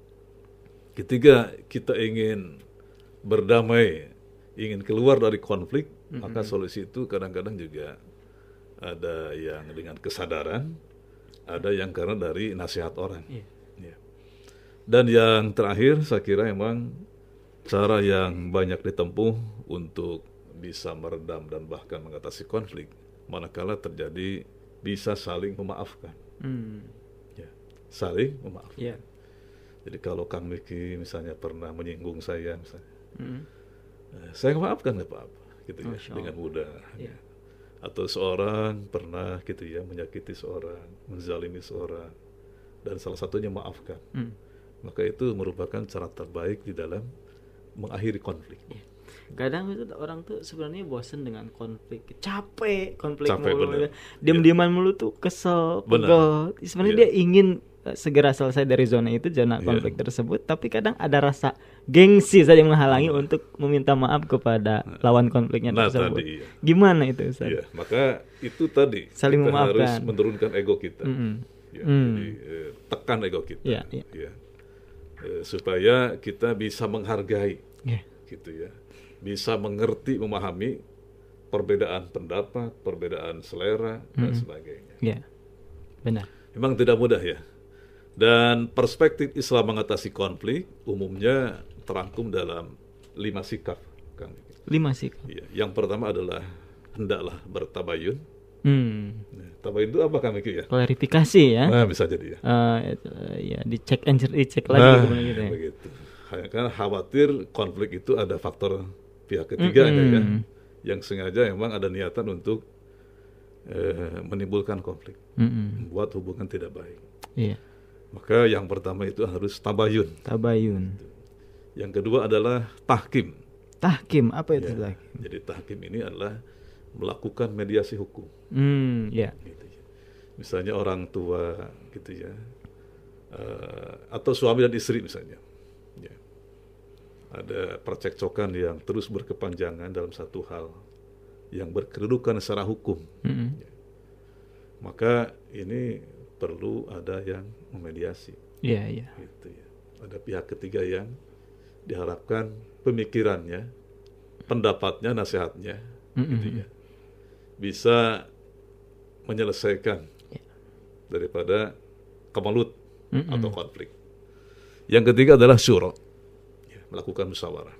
Ketika kita ingin berdamai, ingin keluar dari konflik, mm-hmm. maka solusi itu kadang-kadang juga ada yang dengan kesadaran, ada yang karena dari nasihat orang. Yeah. Ya. Dan yang terakhir, saya kira memang cara yang banyak ditempuh untuk bisa meredam dan bahkan mengatasi konflik, manakala terjadi bisa saling memaafkan. Hmm. Ya. Saling memaafkan. Yeah. Jadi kalau Kang Miki misalnya pernah menyinggung saya, misalnya, Mm. eh, saya maafkan nggak apa-apa, gitu ya, Masya dengan Allah. mudah. Yeah. Atau seorang pernah gitu ya menyakiti seorang, menzalimi seorang, dan salah satunya maafkan. Mm. Maka itu merupakan cara terbaik di dalam mengakhiri konflik. Yeah. Kadang itu orang tuh sebenarnya bosan dengan konflik, capek konflik Capek, mulu, bener. diam-diaman mulu tuh kesel, Bener. pegel. Sebenarnya Iya. dia ingin uh, segera selesai dari zona itu, zona Iya. konflik tersebut, tapi kadang ada rasa gengsi saja menghalangi Bener. untuk meminta maaf kepada lawan konfliknya Nah, tersebut. tadi, iya. Gimana itu, Ustaz? Ya, maka itu tadi Saling kita memaafkan. harus menurunkan ego kita. Mm-mm. Ya, Mm. Jadi eh, tekan ego kita, Iya, iya. ya. Eh, supaya kita bisa menghargai, Yeah. gitu ya, bisa mengerti, memahami perbedaan pendapat, perbedaan selera dan Mm-mm. sebagainya. Ya, benar. Memang tidak mudah ya. Dan perspektif Islam mengatasi konflik umumnya terangkum dalam lima sikap, Kang. Lima sih. Ya, yang pertama adalah hendaklah bertabayun. Hmm. Nah, tabayun itu apa, Kang Miki ya? Klarifikasi ya. Nah, bisa jadi ya. Eh, itu, ya dicek and dicek lagi Nah, gitu, gitu ya. begitu. Karena khawatir konflik itu ada faktor pihak ketiga ada ya, Mm-mm. yang sengaja memang ada niatan untuk eh, menimbulkan konflik, Mm-mm. membuat hubungan tidak baik. Iya. Maka yang pertama itu harus tabayun. Tabayun. Yang kedua adalah tahkim. Tahkim, apa itu Ya, tahkim? jadi tahkim ini adalah melakukan mediasi hukum. Hmm, ya. Gitu ya. Misalnya orang tua, gitu ya, eh, atau suami dan istri misalnya. Ya. Ada percekcokan yang terus berkepanjangan dalam satu hal yang berkedudukan secara hukum. Mm-mm. Ya. Maka ini perlu ada yang memediasi. Iya, iya. Gitu ya. Ada pihak ketiga yang diharapkan pemikirannya, pendapatnya, nasihatnya, Mm-mm. gitu ya, bisa menyelesaikan Ya. daripada kemelut Mm-mm. atau konflik. Yang ketiga adalah syura, ya, melakukan musyawarah.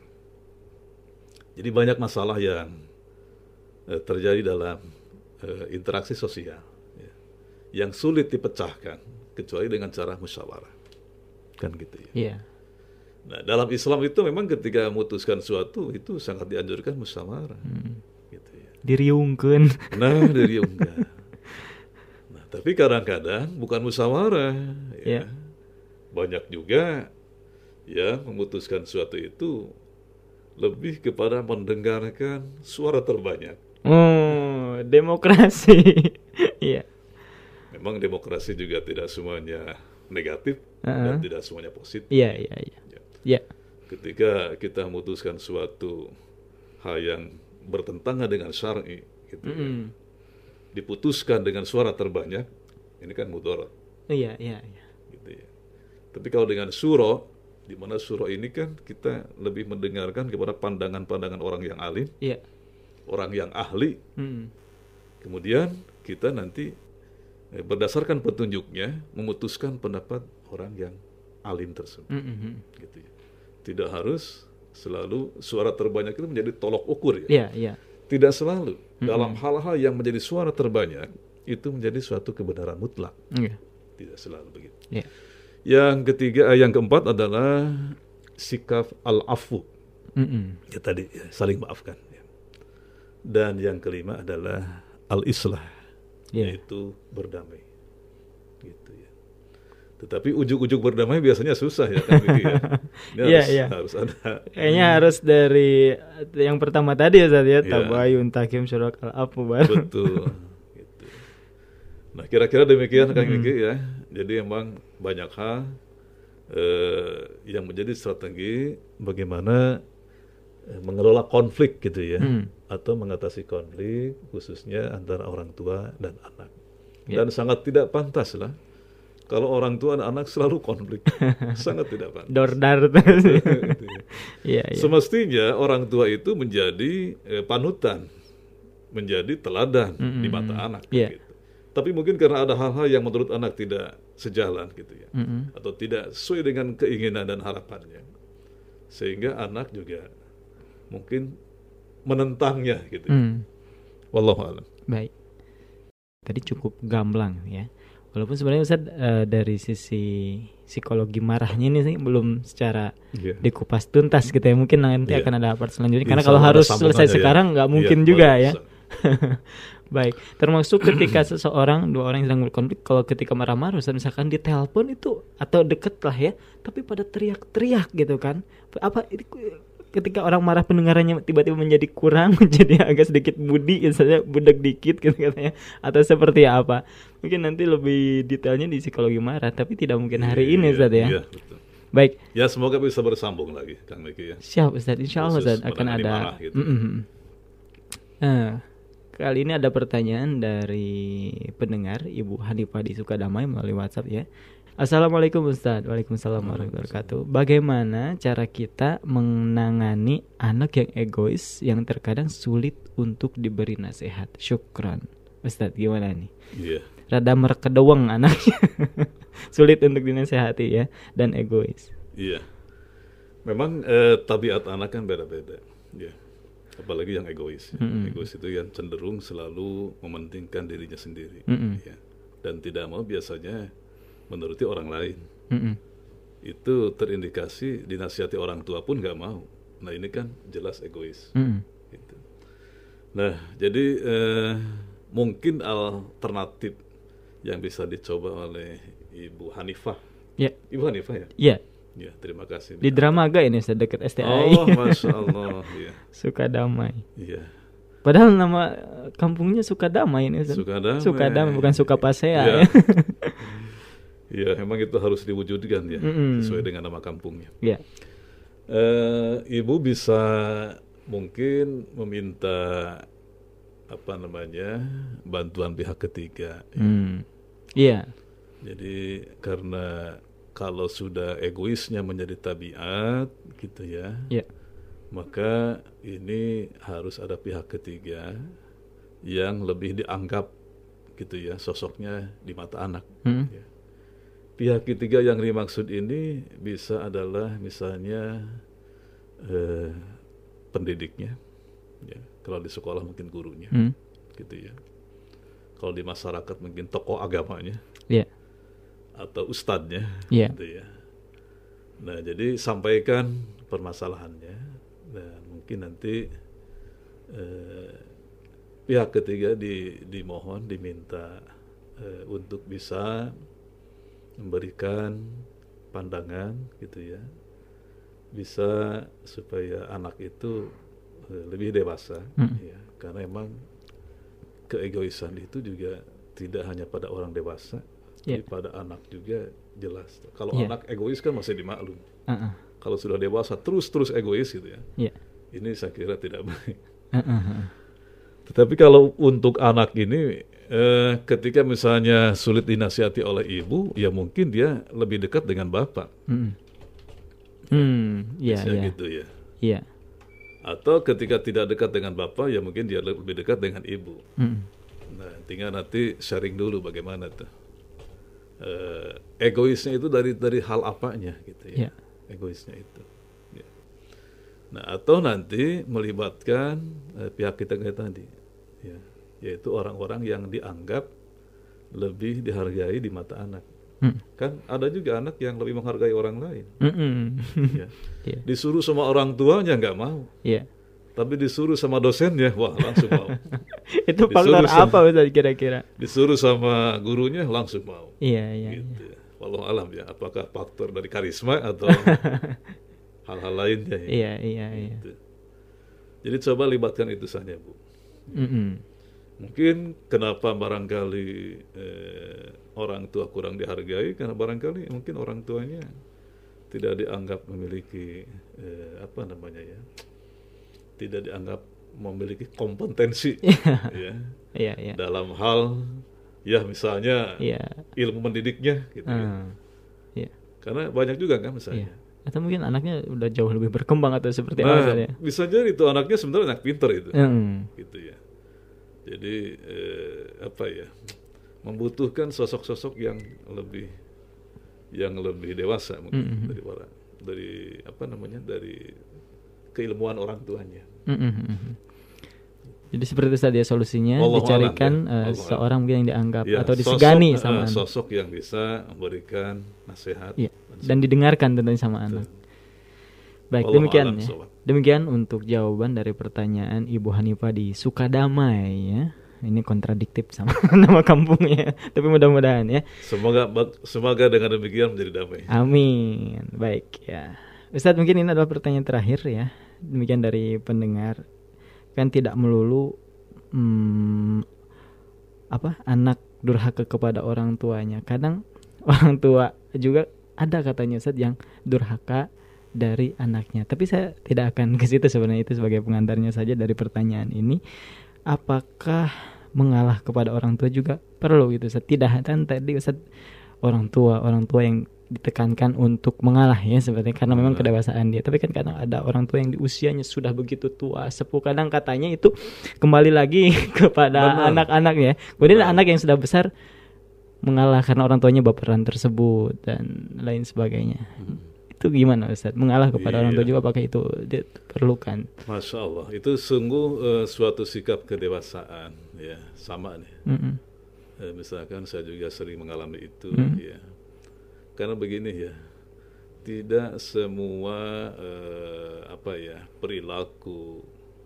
Jadi banyak masalah yang eh, terjadi dalam eh, interaksi sosial, ya, yang sulit dipecahkan kecuali dengan cara musyawarah, kan gitu ya. Iya. Nah, dalam Islam itu memang ketika memutuskan suatu itu sangat dianjurkan musyawarah, Mm. gitu ya. Diriungkeun. Nah, dari unggah. Nah, tapi kadang-kadang bukan musyawarah, ya. Ya. Banyak juga yang memutuskan suatu itu lebih kepada mendengarkan suara terbanyak. Oh, demokrasi. Iya. Memang demokrasi juga tidak semuanya negatif Uh-uh. dan tidak semuanya positif. Iya, iya, iya. Ya. Iya. Ketika kita memutuskan suatu hal yang bertentangan dengan syar'i, gitu ya, Mm-mm. diputuskan dengan suara terbanyak, ini kan mudarat, Iya, iya, iya. gitu ya. Tapi kalau dengan suro, di mana suro ini kan kita lebih mendengarkan kepada pandangan-pandangan orang yang alim, Iya. orang yang ahli, Mm. kemudian kita nanti eh, berdasarkan petunjuknya memutuskan pendapat orang yang alim tersebut, Mm-mm. gitu ya. Tidak harus selalu suara terbanyak itu menjadi tolok ukur ya. Iya, iya. Tidak selalu. Dalam hal-hal yang menjadi suara terbanyak itu menjadi suatu kebenaran mutlak. Iya. Tidak selalu begitu. Iya. Yang ketiga, eh, yang keempat adalah sikap al-afu. Mm-mm. Ya tadi ya, saling maafkan. Ya. Dan yang kelima adalah al-islah, Iya. yaitu berdamai. Gitu ya. Tetapi ujuk-ujuk berdamai biasanya susah ya kan Miki, ya. Ini Iya, harus, iya. harus ada. Kayaknya harus dari yang pertama tadi ya, Ustaz ya, Iya. tabayun, tahkim, syurak, al-afu baru. Betul. Gitu. Nah, kira-kira demikian Kang Mm-mm. Niki ya. Jadi memang banyak hal eh, yang menjadi strategi bagaimana eh, mengelola konflik gitu ya, Mm. atau mengatasi konflik khususnya antara orang tua dan anak. Ya. Dan sangat tidak pantas lah kalau orang tua dan anak selalu konflik. Sangat tidak pantas. Dordar terus. Gitu ya. Iya, iya. Semestinya orang tua itu menjadi eh, panutan, menjadi teladan Mm-mm. di mata anak. Iya. Gitu. Tapi mungkin karena ada hal-hal yang menurut anak tidak sejalan gitu ya, Mm-mm. atau tidak sesuai dengan keinginan dan harapannya, sehingga anak juga mungkin menentangnya gitu. Ya. Mm. Wallahu a'lam. Baik. Tadi cukup gamblang ya. Walaupun sebenarnya Ustaz eh, dari sisi psikologi marahnya ini sih belum secara Iya. dikupas tuntas gitu ya. Mungkin nanti Iya. akan ada part selanjutnya. Insya Karena kalau Allah ada harus sambungannya selesai ya. sekarang nggak mungkin Iya, juga boleh, ya. bisa. Baik. Termasuk ketika seseorang, dua orang yang sedang berkonflik, kalau ketika marah-marah, Ustaz, misalkan di telepon itu atau deket lah ya, tapi pada teriak-teriak gitu kan. Apa ketika orang marah pendengarannya tiba-tiba menjadi kurang, menjadi agak sedikit budi, misalnya budak dikit gitu katanya, atau seperti apa? Mungkin nanti lebih detailnya di psikologi marah, tapi tidak mungkin hari Iya, ini Ustaz ya. Iya, betul. Baik, Ya semoga bisa bersambung lagi Kang Niki ya. siap Ustaz, insya Allah Khusus Ustaz akan menangani ada. marah gitu. Mm-mm. Nah, kali ini ada pertanyaan dari pendengar Ibu Hanifah di Sukadamai melalui WhatsApp ya. Assalamualaikum Ustaz. Waalaikumsalam warahmatullahi wabarakatuh. Bagaimana cara kita menangani anak yang egois yang terkadang sulit untuk diberi nasihat? Syukran. Ustaz, gimana nih? Iya. Rada merkedeweng anaknya. Sulit untuk dinasehati ya, dan egois. Iya. Memang eh, tabiat anak kan beda-beda. Ya. Apalagi yang egois. Mm-mm. Egois itu yang cenderung selalu mementingkan dirinya sendiri. Mm-mm. Ya. Dan tidak mau biasanya menuruti orang lain. Mm-mm. Itu terindikasi dinasihati orang tua pun nggak mau. Nah ini kan jelas egois. Mm-mm. Gitu. Nah jadi eh, mungkin alternatif yang bisa dicoba oleh Ibu Hanifah. Ya, Ibu Hanifah ya? ya. Ya terima kasih. Di Dramaga ini Ustaz, dekat S T A I. Oh Masya Allah. Iya. Sukadamai. Iya. Padahal nama kampungnya Sukadamai ini Ustaz. Sukadamai. Sukadamai bukan Sukapasea Iya. ya. Iya, memang itu harus diwujudkan ya, Mm-mm. sesuai dengan nama kampungnya. Ya. Eh, Ibu bisa mungkin meminta apa namanya bantuan pihak ketiga. Hmm. Iya. Jadi karena kalau sudah egoisnya menjadi tabiat gitu ya, Ya. maka ini harus ada pihak ketiga yang lebih dianggap gitu ya sosoknya di mata anak. Hmm. Ya. Pihak ketiga yang dimaksud ini bisa adalah misalnya eh, pendidiknya, ya. Kalau di sekolah mungkin gurunya, Hmm. gitu ya. Kalau di masyarakat mungkin tokoh agamanya Ya. atau ustadznya, Ya. gitu ya. Nah jadi sampaikan permasalahannya dan mungkin nanti eh, pihak ketiga di, dimohon diminta eh, untuk bisa memberikan pandangan gitu ya, bisa supaya anak itu eh, lebih dewasa, Hmm. ya, karena emang keegoisan itu juga tidak hanya pada orang dewasa, Ya. tapi pada anak juga jelas. Kalau Ya. anak egois kan masih dimaklum. Uh-uh. Kalau sudah dewasa terus-terus egois gitu ya, Ya. ini saya kira tidak baik. Uh-uh. Tetapi kalau untuk anak ini, eh, ketika misalnya sulit dinasihati oleh ibu, ya mungkin dia lebih dekat dengan bapak. Hmm. Hmm. Iya, Bisa iya. gitu ya. Iya. Atau ketika tidak dekat dengan bapak, ya mungkin dia lebih dekat dengan ibu. Hmm. Nah, tinggal nanti sharing dulu bagaimana tuh. Eh, egoisnya itu dari dari hal apanya gitu ya. Ya. Egoisnya itu. Ya. Nah, atau nanti melibatkan eh, pihak kita tadi, ya, yaitu orang-orang yang dianggap lebih dihargai di mata anak. Hmm. Kan ada juga anak yang lebih menghargai orang lain. Mm-mm. Ya. Iya. Disuruh sama orang tuanya nggak mau, Iya. tapi disuruh sama dosennya, wah langsung mau. Itu Disuruh faktor sama- apa Ustaz kira-kira? Disuruh sama gurunya langsung mau. Iya, iya. Gitu. Iya. Wallahu alam ya, apakah faktor dari karisma atau hal-hal lainnya ya. Iya, iya, iya. Gitu. Jadi coba libatkan itu saja, Bu. Mm-mm. Mungkin kenapa barangkali eh, orang tua kurang dihargai, karena barangkali mungkin orang tuanya tidak dianggap memiliki eh, apa namanya ya, tidak dianggap memiliki kompetensi ya, Iya, iya. dalam hal ya misalnya Iya. ilmu mendidiknya gitu ya. Ah, iya. Karena banyak juga kan Iya. misalnya. Atau mungkin anaknya udah jauh lebih berkembang atau seperti apa Nah, misalnya. bisa jadi itu anaknya sebenarnya anak pintar itu. Hmm. Gitu ya. Jadi eh, apa ya? Membutuhkan sosok-sosok yang lebih yang lebih dewasa mungkin Mm-hmm. dari para dari apa namanya? dari keilmuan orang tuanya. Mm-hmm. Jadi seperti itu saja solusinya, Wallahu dicarikan alam, ya. eh, Wallahu seorang mungkin yang dianggap Ya, atau disegani sosok, sama eh, anak. sosok yang bisa memberikan nasihat. Iya. Dan didengarkan tentunya sama anak. Baik, Wallahu demikian alam ya. shawab. Demikian untuk jawaban dari pertanyaan Ibu Hanifah di Sukadamai ya. Ini kontradiktif sama nama kampungnya, tapi mudah-mudahan ya. Semoga semoga dengan demikian menjadi damai. Amin. Baik ya. Ustadz, mungkin ini adalah pertanyaan terakhir ya. Demikian dari pendengar. Kan tidak melulu hmm, apa anak durhaka kepada orang tuanya. Kadang orang tua juga ada katanya Ustadz yang durhaka dari anaknya. Tapi saya tidak akan ke situ sebenarnya, itu sebagai pengantarnya saja dari pertanyaan ini. Apakah mengalah kepada orang tua juga perlu gitu Ustaz? Tidak kan tadi Ustaz orang tua orang tua yang ditekankan untuk mengalah ya sebenarnya karena memang kedewasaan dia. Tapi kan kadang ada orang tua yang di usianya sudah begitu tua sepuh, kadang katanya itu kembali lagi kepada Benar. anak-anak ya. Kemudian Benar. anak yang sudah besar mengalah karena orang tuanya baperan tersebut dan lain sebagainya. Hmm. Itu gimana Ustaz? Mengalah kepada orang tua Iya. juga apakah itu diperlukan? Masya Allah, itu sungguh eh, suatu sikap kedewasaan ya, sama nih. Mm-mm. Eh, misalkan saya juga sering mengalami itu Hmm. ya. Karena begini ya, tidak semua eh, apa ya perilaku,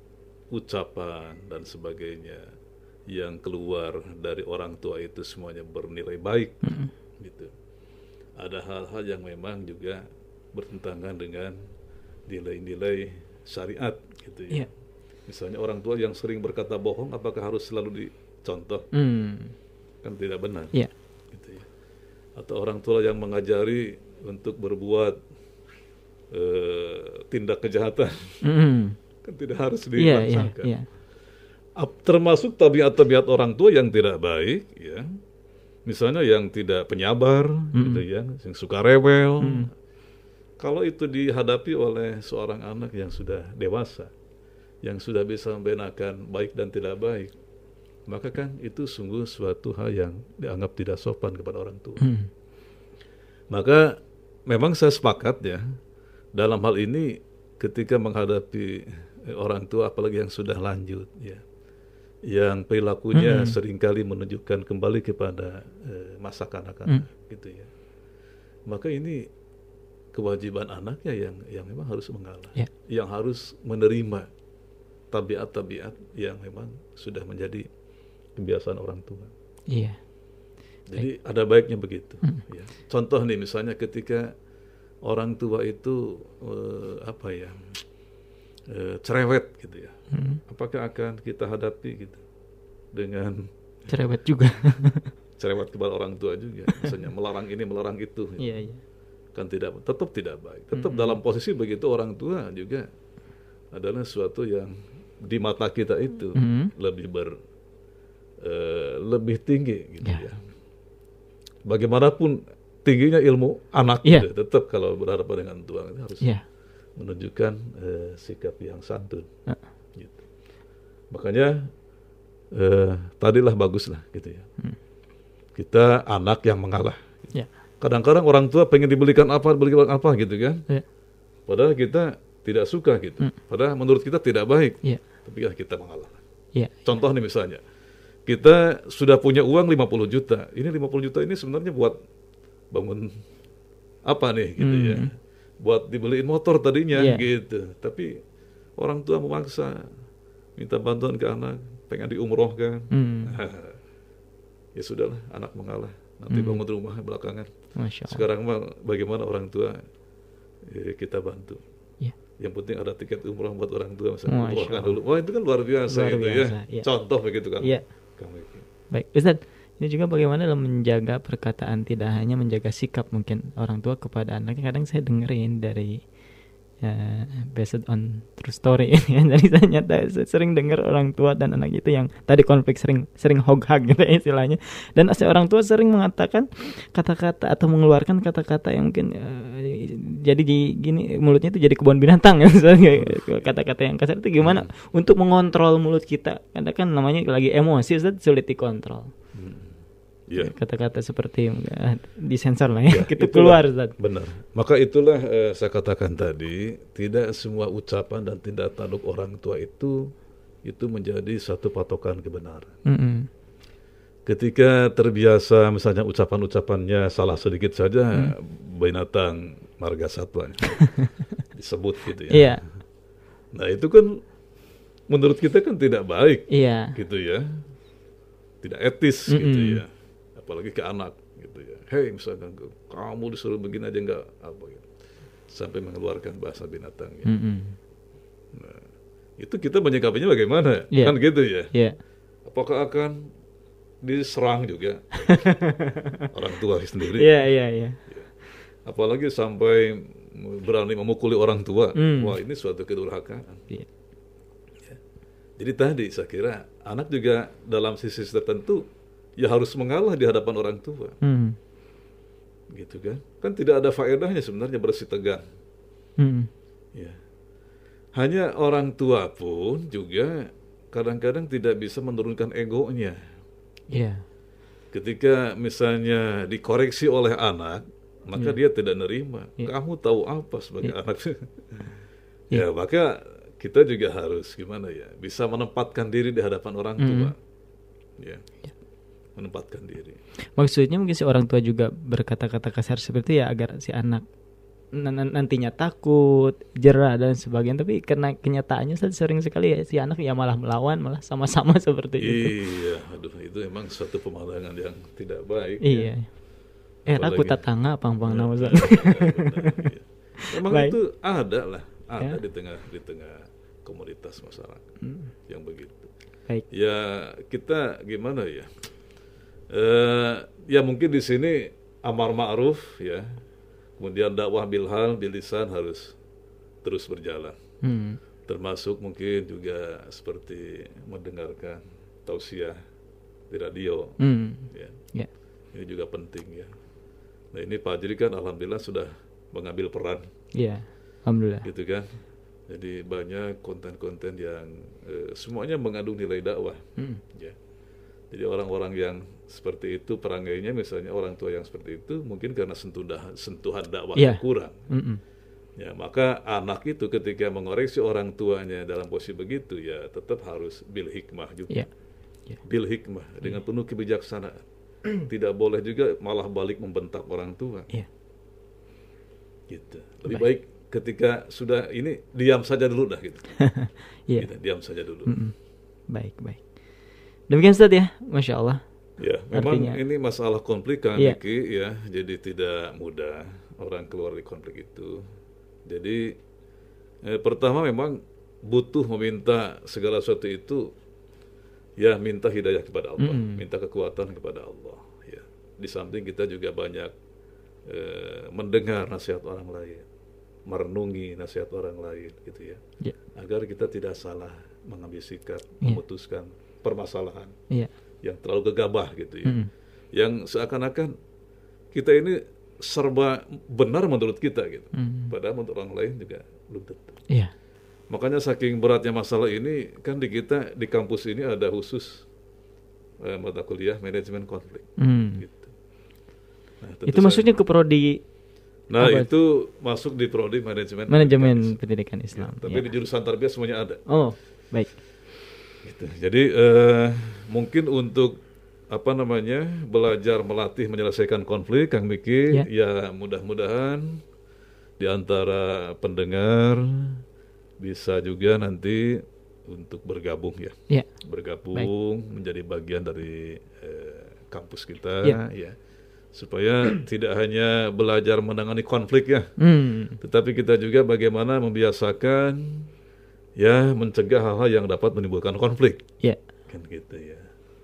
ucapan dan sebagainya yang keluar dari orang tua itu semuanya bernilai baik, Mm-mm. gitu. Ada hal-hal yang memang juga bertentangan dengan nilai-nilai syariat, gitu ya. Iya. Misalnya orang tua yang sering berkata bohong, apakah harus selalu dicontoh? Hmm. Kan tidak benar. Iya. Gitu ya. Atau orang tua yang mengajari untuk berbuat eh, tindak kejahatan, Mm-mm. kan tidak harus Iya, iya, dipaksakan. iya. Ap- Termasuk tabiat-tabiat orang tua yang tidak baik, ya. Misalnya yang tidak penyabar, gitu ya, yang suka rewel. Mm. Kalau itu dihadapi oleh seorang anak yang sudah dewasa, yang sudah bisa membedakan baik dan tidak baik, maka kan itu sungguh suatu hal yang dianggap tidak sopan kepada orang tua. Mm. Maka memang saya sepakat ya, dalam hal ini ketika menghadapi eh, orang tua apalagi yang sudah lanjut ya, yang perilakunya Mm. seringkali menunjukkan kembali kepada eh, masa kanak-kanak, Mm. gitu ya. Maka ini kewajiban anaknya yang yang memang harus mengalah, Ya. yang harus menerima tabiat-tabiat yang memang sudah menjadi kebiasaan orang tua. Iya. Jadi ada baiknya begitu. Mm. Ya. Contoh nih misalnya ketika orang tua itu eh, apa ya eh, cerewet gitu ya, Mm. apakah akan kita hadapi gitu dengan Cerewet juga. cerewet kepada orang tua juga, misalnya melarang ini melarang itu, gitu. Iya, iya. Kan tidak, tetap tidak baik. Tetap Mm-mm. dalam posisi begitu orang tua juga adalah suatu yang di mata kita itu Mm. lebih ber eh, lebih tinggi gitu Ya. ya. Bagaimanapun tingginya ilmu anak, Iya. gitu, tetap kalau berhadapan dengan tua itu harus Iya. menunjukkan eh, sikap yang santun. Ah. Gitu. Makanya eh, tadilah baguslah gitu ya. Hmm. Kita anak yang mengalah. Ya. Kadang-kadang orang tua pengen dibelikan apa, belikan apa gitu kan. Ya. Padahal kita tidak suka gitu. Hmm. Padahal menurut kita tidak baik. Iya. Tapi ya kita mengalah. Iya. Contoh nih misalnya, kita sudah punya uang lima puluh juta. Ini lima puluh juta ini sebenarnya buat bangun apa nih gitu Hmm. ya. Buat dibeliin motor tadinya Iya. gitu. Tapi orang tua memaksa minta bantuan ke anak, pengen diumrohkan. Hmm. Ya sudahlah, anak mengalah. Nanti Hmm. bangun rumah belakangan. Masya Allah. Sekarang mah bagaimana orang tua eh, kita bantu. Iya. Yang penting ada tiket umroh buat orang tua, misalnya Masya umrohkan Allah. dulu. Wah itu kan luar biasa Luar gitu biasa, ya. iya. Contoh begitu kan. Iya. Kang Miki. Baik, Ustaz. Ini juga bagaimana dalam menjaga perkataan, tidak hanya menjaga sikap mungkin orang tua kepada anaknya. Kadang saya dengerin dari uh, based on true story ya. Jadi saya nyata sering dengar orang tua dan anak itu yang tadi konflik sering sering hog-hag gitu ya istilahnya. Dan orang tua sering mengatakan kata-kata atau mengeluarkan kata-kata yang mungkin uh, jadi di, gini mulutnya itu jadi kebun binatang ya. Kata-kata yang kasar itu gimana hmm. untuk mengontrol mulut kita. Karena kan namanya lagi emosi, Ustaz, sulit dikontrol. Ya. Kata-kata seperti uh, disensor lah ya, ya itu keluar Ustaz. Benar. Maka itulah eh, saya katakan tadi, tidak semua ucapan dan tindak tanduk orang tua itu itu menjadi satu patokan kebenaran. Mm-hmm. Ketika terbiasa misalnya ucapan-ucapannya salah sedikit saja, mm. binatang marga satwa disebut gitu ya. Iya. Nah itu kan menurut kita kan tidak baik, iya. gitu ya, tidak etis, mm-hmm. gitu ya. Apalagi ke anak gitu ya. Hei, misalkan kamu disuruh begini aja enggak apa gitu. Sampai mengeluarkan bahasa binatang ya. Mm-hmm. Nah, itu kita menyikapinya bagaimana? Yeah. Kan gitu ya. Yeah. Apakah akan diserang juga orang tua sendiri? Iya, iya, iya. Apalagi sampai berani memukuli orang tua. Mm. Wah, ini suatu kedurhakaan. Yeah. Ya. Jadi tadi saya kira anak juga dalam sisi tertentu ya harus mengalah di hadapan orang tua, hmm. gitu kan? Kan tidak ada faedahnya sebenarnya bersih tegang. Hmm. Ya. Hanya orang tua pun juga kadang-kadang tidak bisa menurunkan egonya. Yeah. Ketika misalnya dikoreksi oleh anak, maka yeah. dia tidak nerima. Yeah. Kamu tahu apa sebagai yeah. anak? Ya, yeah. maka kita juga harus gimana ya? Bisa menempatkan diri di hadapan orang tua. Hmm. Ya. Yeah. Menempatkan diri. Maksudnya mungkin si orang tua juga berkata-kata kasar seperti ya agar si anak n- nantinya takut, jerah dan sebagainya. Tapi karena kenyataannya sering sekali ya si anak ya malah melawan, malah sama-sama seperti iya, itu. Iya, aduh itu emang suatu pemandangan yang tidak baik. Iya. Ya. Eh, aku tatangga pang-pang nama Ustaz. Memang baik. Itu ada lah, ada ya. di tengah di tengah komunitas masyarakat hmm. yang begitu. Baik. Ya kita gimana ya? Uh, ya mungkin di sini amar ma'ruf ya, kemudian dakwah bilhal bilisan harus terus berjalan, hmm. termasuk mungkin juga seperti mendengarkan tausiah di radio, hmm. ya. Yeah. Ini juga penting ya. Nah ini Pak Ajri kan alhamdulillah sudah mengambil peran, ya, yeah. Alhamdulillah, gitu kan. Jadi banyak konten-konten yang uh, semuanya mengandung nilai dakwah, hmm. ya. Jadi orang-orang yang seperti itu perangainya, misalnya orang tua yang seperti itu mungkin karena sentuhan sentuhan dakwah yeah. kurang. Mm-mm. Ya, maka anak itu ketika mengoreksi orang tuanya dalam posisi begitu ya tetap harus bil hikmah juga. Yeah. Yeah. Bil hikmah yeah. dengan penuh kebijaksanaan. Tidak boleh juga malah balik membentak orang tua. Yeah. Gitu. Lebih baik. baik ketika sudah ini diam saja dulu dah gitu. Yeah. Gitu, diam saja dulu. Mm-mm. Baik, baik. Demikian Ustaz ya, Masya Allah. Ya, memang artinya, ini masalah konflik kan, yeah. Miki, ya, jadi tidak mudah orang keluar dari konflik itu. Jadi eh, pertama memang butuh meminta segala sesuatu itu, ya minta hidayah kepada Allah, mm. minta kekuatan kepada Allah. Ya, di samping kita juga banyak eh, mendengar nasihat orang lain, merenungi nasihat orang lain, gitu ya, yeah. agar kita tidak salah mengambil sikap, yeah. memutuskan permasalahan yeah. yang terlalu gegabah gitu ya, mm. yang seakan-akan kita ini serba benar menurut kita gitu, mm. padahal menurut orang lain juga belum tentu. Yeah. Makanya saking beratnya masalah ini kan di kita di kampus ini ada khusus eh, mata kuliah manajemen konflik. Mm. Gitu. Nah, itu maksudnya ke prodi. Nah apa? Itu masuk di prodi manajemen. Manajemen pendidikan Islam. Ya, tapi ya. di jurusan tarbiyah semuanya ada. Oh, baik. Gitu. Jadi eh, mungkin untuk apa namanya belajar melatih menyelesaikan konflik, Kang Miki, ya, ya mudah-mudahan di antara pendengar bisa juga nanti untuk bergabung ya, ya. bergabung baik. menjadi bagian dari eh, kampus kita, ya, ya. supaya tidak hanya belajar menangani konflik ya, hmm. tetapi kita juga bagaimana membiasakan ya mencegah hal-hal yang dapat menimbulkan konflik, yeah. kan gitu ya.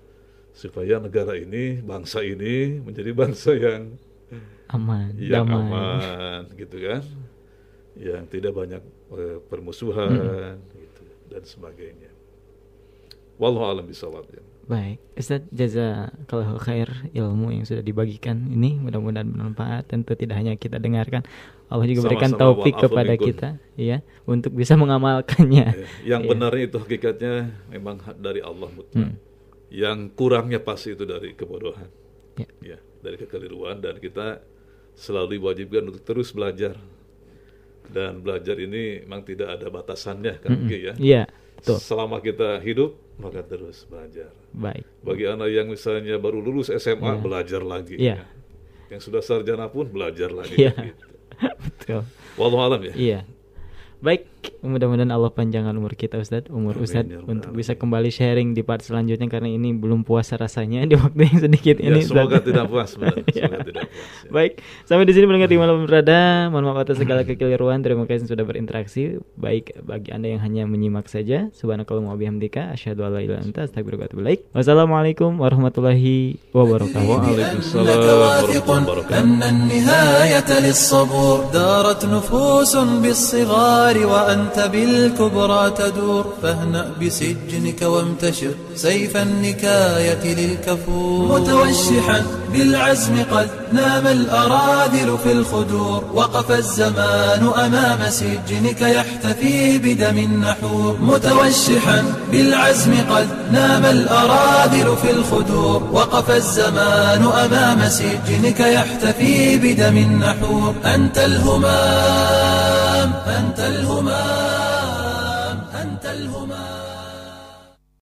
supaya negara ini, bangsa ini menjadi bangsa yang aman, yang damai, aman, gitu kan, yang tidak banyak eh, permusuhan, hmm. gitu, dan sebagainya. Wallahu a'lam bishawab. Baik, Ustaz, jazakallahu khair ilmu yang sudah dibagikan ini, mudah-mudahan bermanfaat. Tentu tidak hanya kita dengarkan, Allah juga berikan taufik kepada kita, ya, untuk bisa mengamalkannya. Yang ya. Benarnya itu hakikatnya memang dari Allah mutlak. Hmm. Yang kurangnya pasti itu dari kebodohan, ya. Ya, dari kekeliruan, dan kita selalu diwajibkan untuk terus belajar. Dan belajar ini memang tidak ada batasannya, kan, mm-hmm. ya. Iya, betul. Selama kita hidup, maka terus belajar. Baik. Bagi anak yang misalnya baru lulus S M A, yeah. belajar lagi. Yeah. Ya. Yang sudah sarjana pun belajar lagi. Yeah. Gitu. Betul. Wallahu a'lam ya. Iya. Baik, mudah-mudahan Allah panjangkan umur kita, Ustadz, umur Amin, Ustadz ya, untuk bisa kembali sharing di part selanjutnya, karena ini belum puasa rasanya di waktu yang sedikit ya, ini. Semoga tidak puas, benar. Ya. Semoga tidak puas. Ya. Baik, sampai di sini mendengar di malam berada. Mohon maaf atas segala kekeliruan. Terima kasih sudah berinteraksi. Baik bagi Anda yang hanya menyimak saja. Subhanakallahumma wa bihamdika asyhadu an la ilaha illa anta astaghfiruka wa atubu ilaik. Wassalamualaikum warahmatullahi wabarakatuh. Waalaikumsalam warahmatullahi wabarakatuh. وأنت بالكبرى تدور فاهنأ بسجنك وامتشر سيف النكاية للكفور متوشحا بالعزم قد نام الأراذل في الخدور وقف الزمان أمام سجنك يحتفي بدم النحور متوشحا بالعزم قد نام الأراذل في الخدور وقف الزمان أمام سجنك يحتفي بدم النحور أنت الهمام أنت الهمام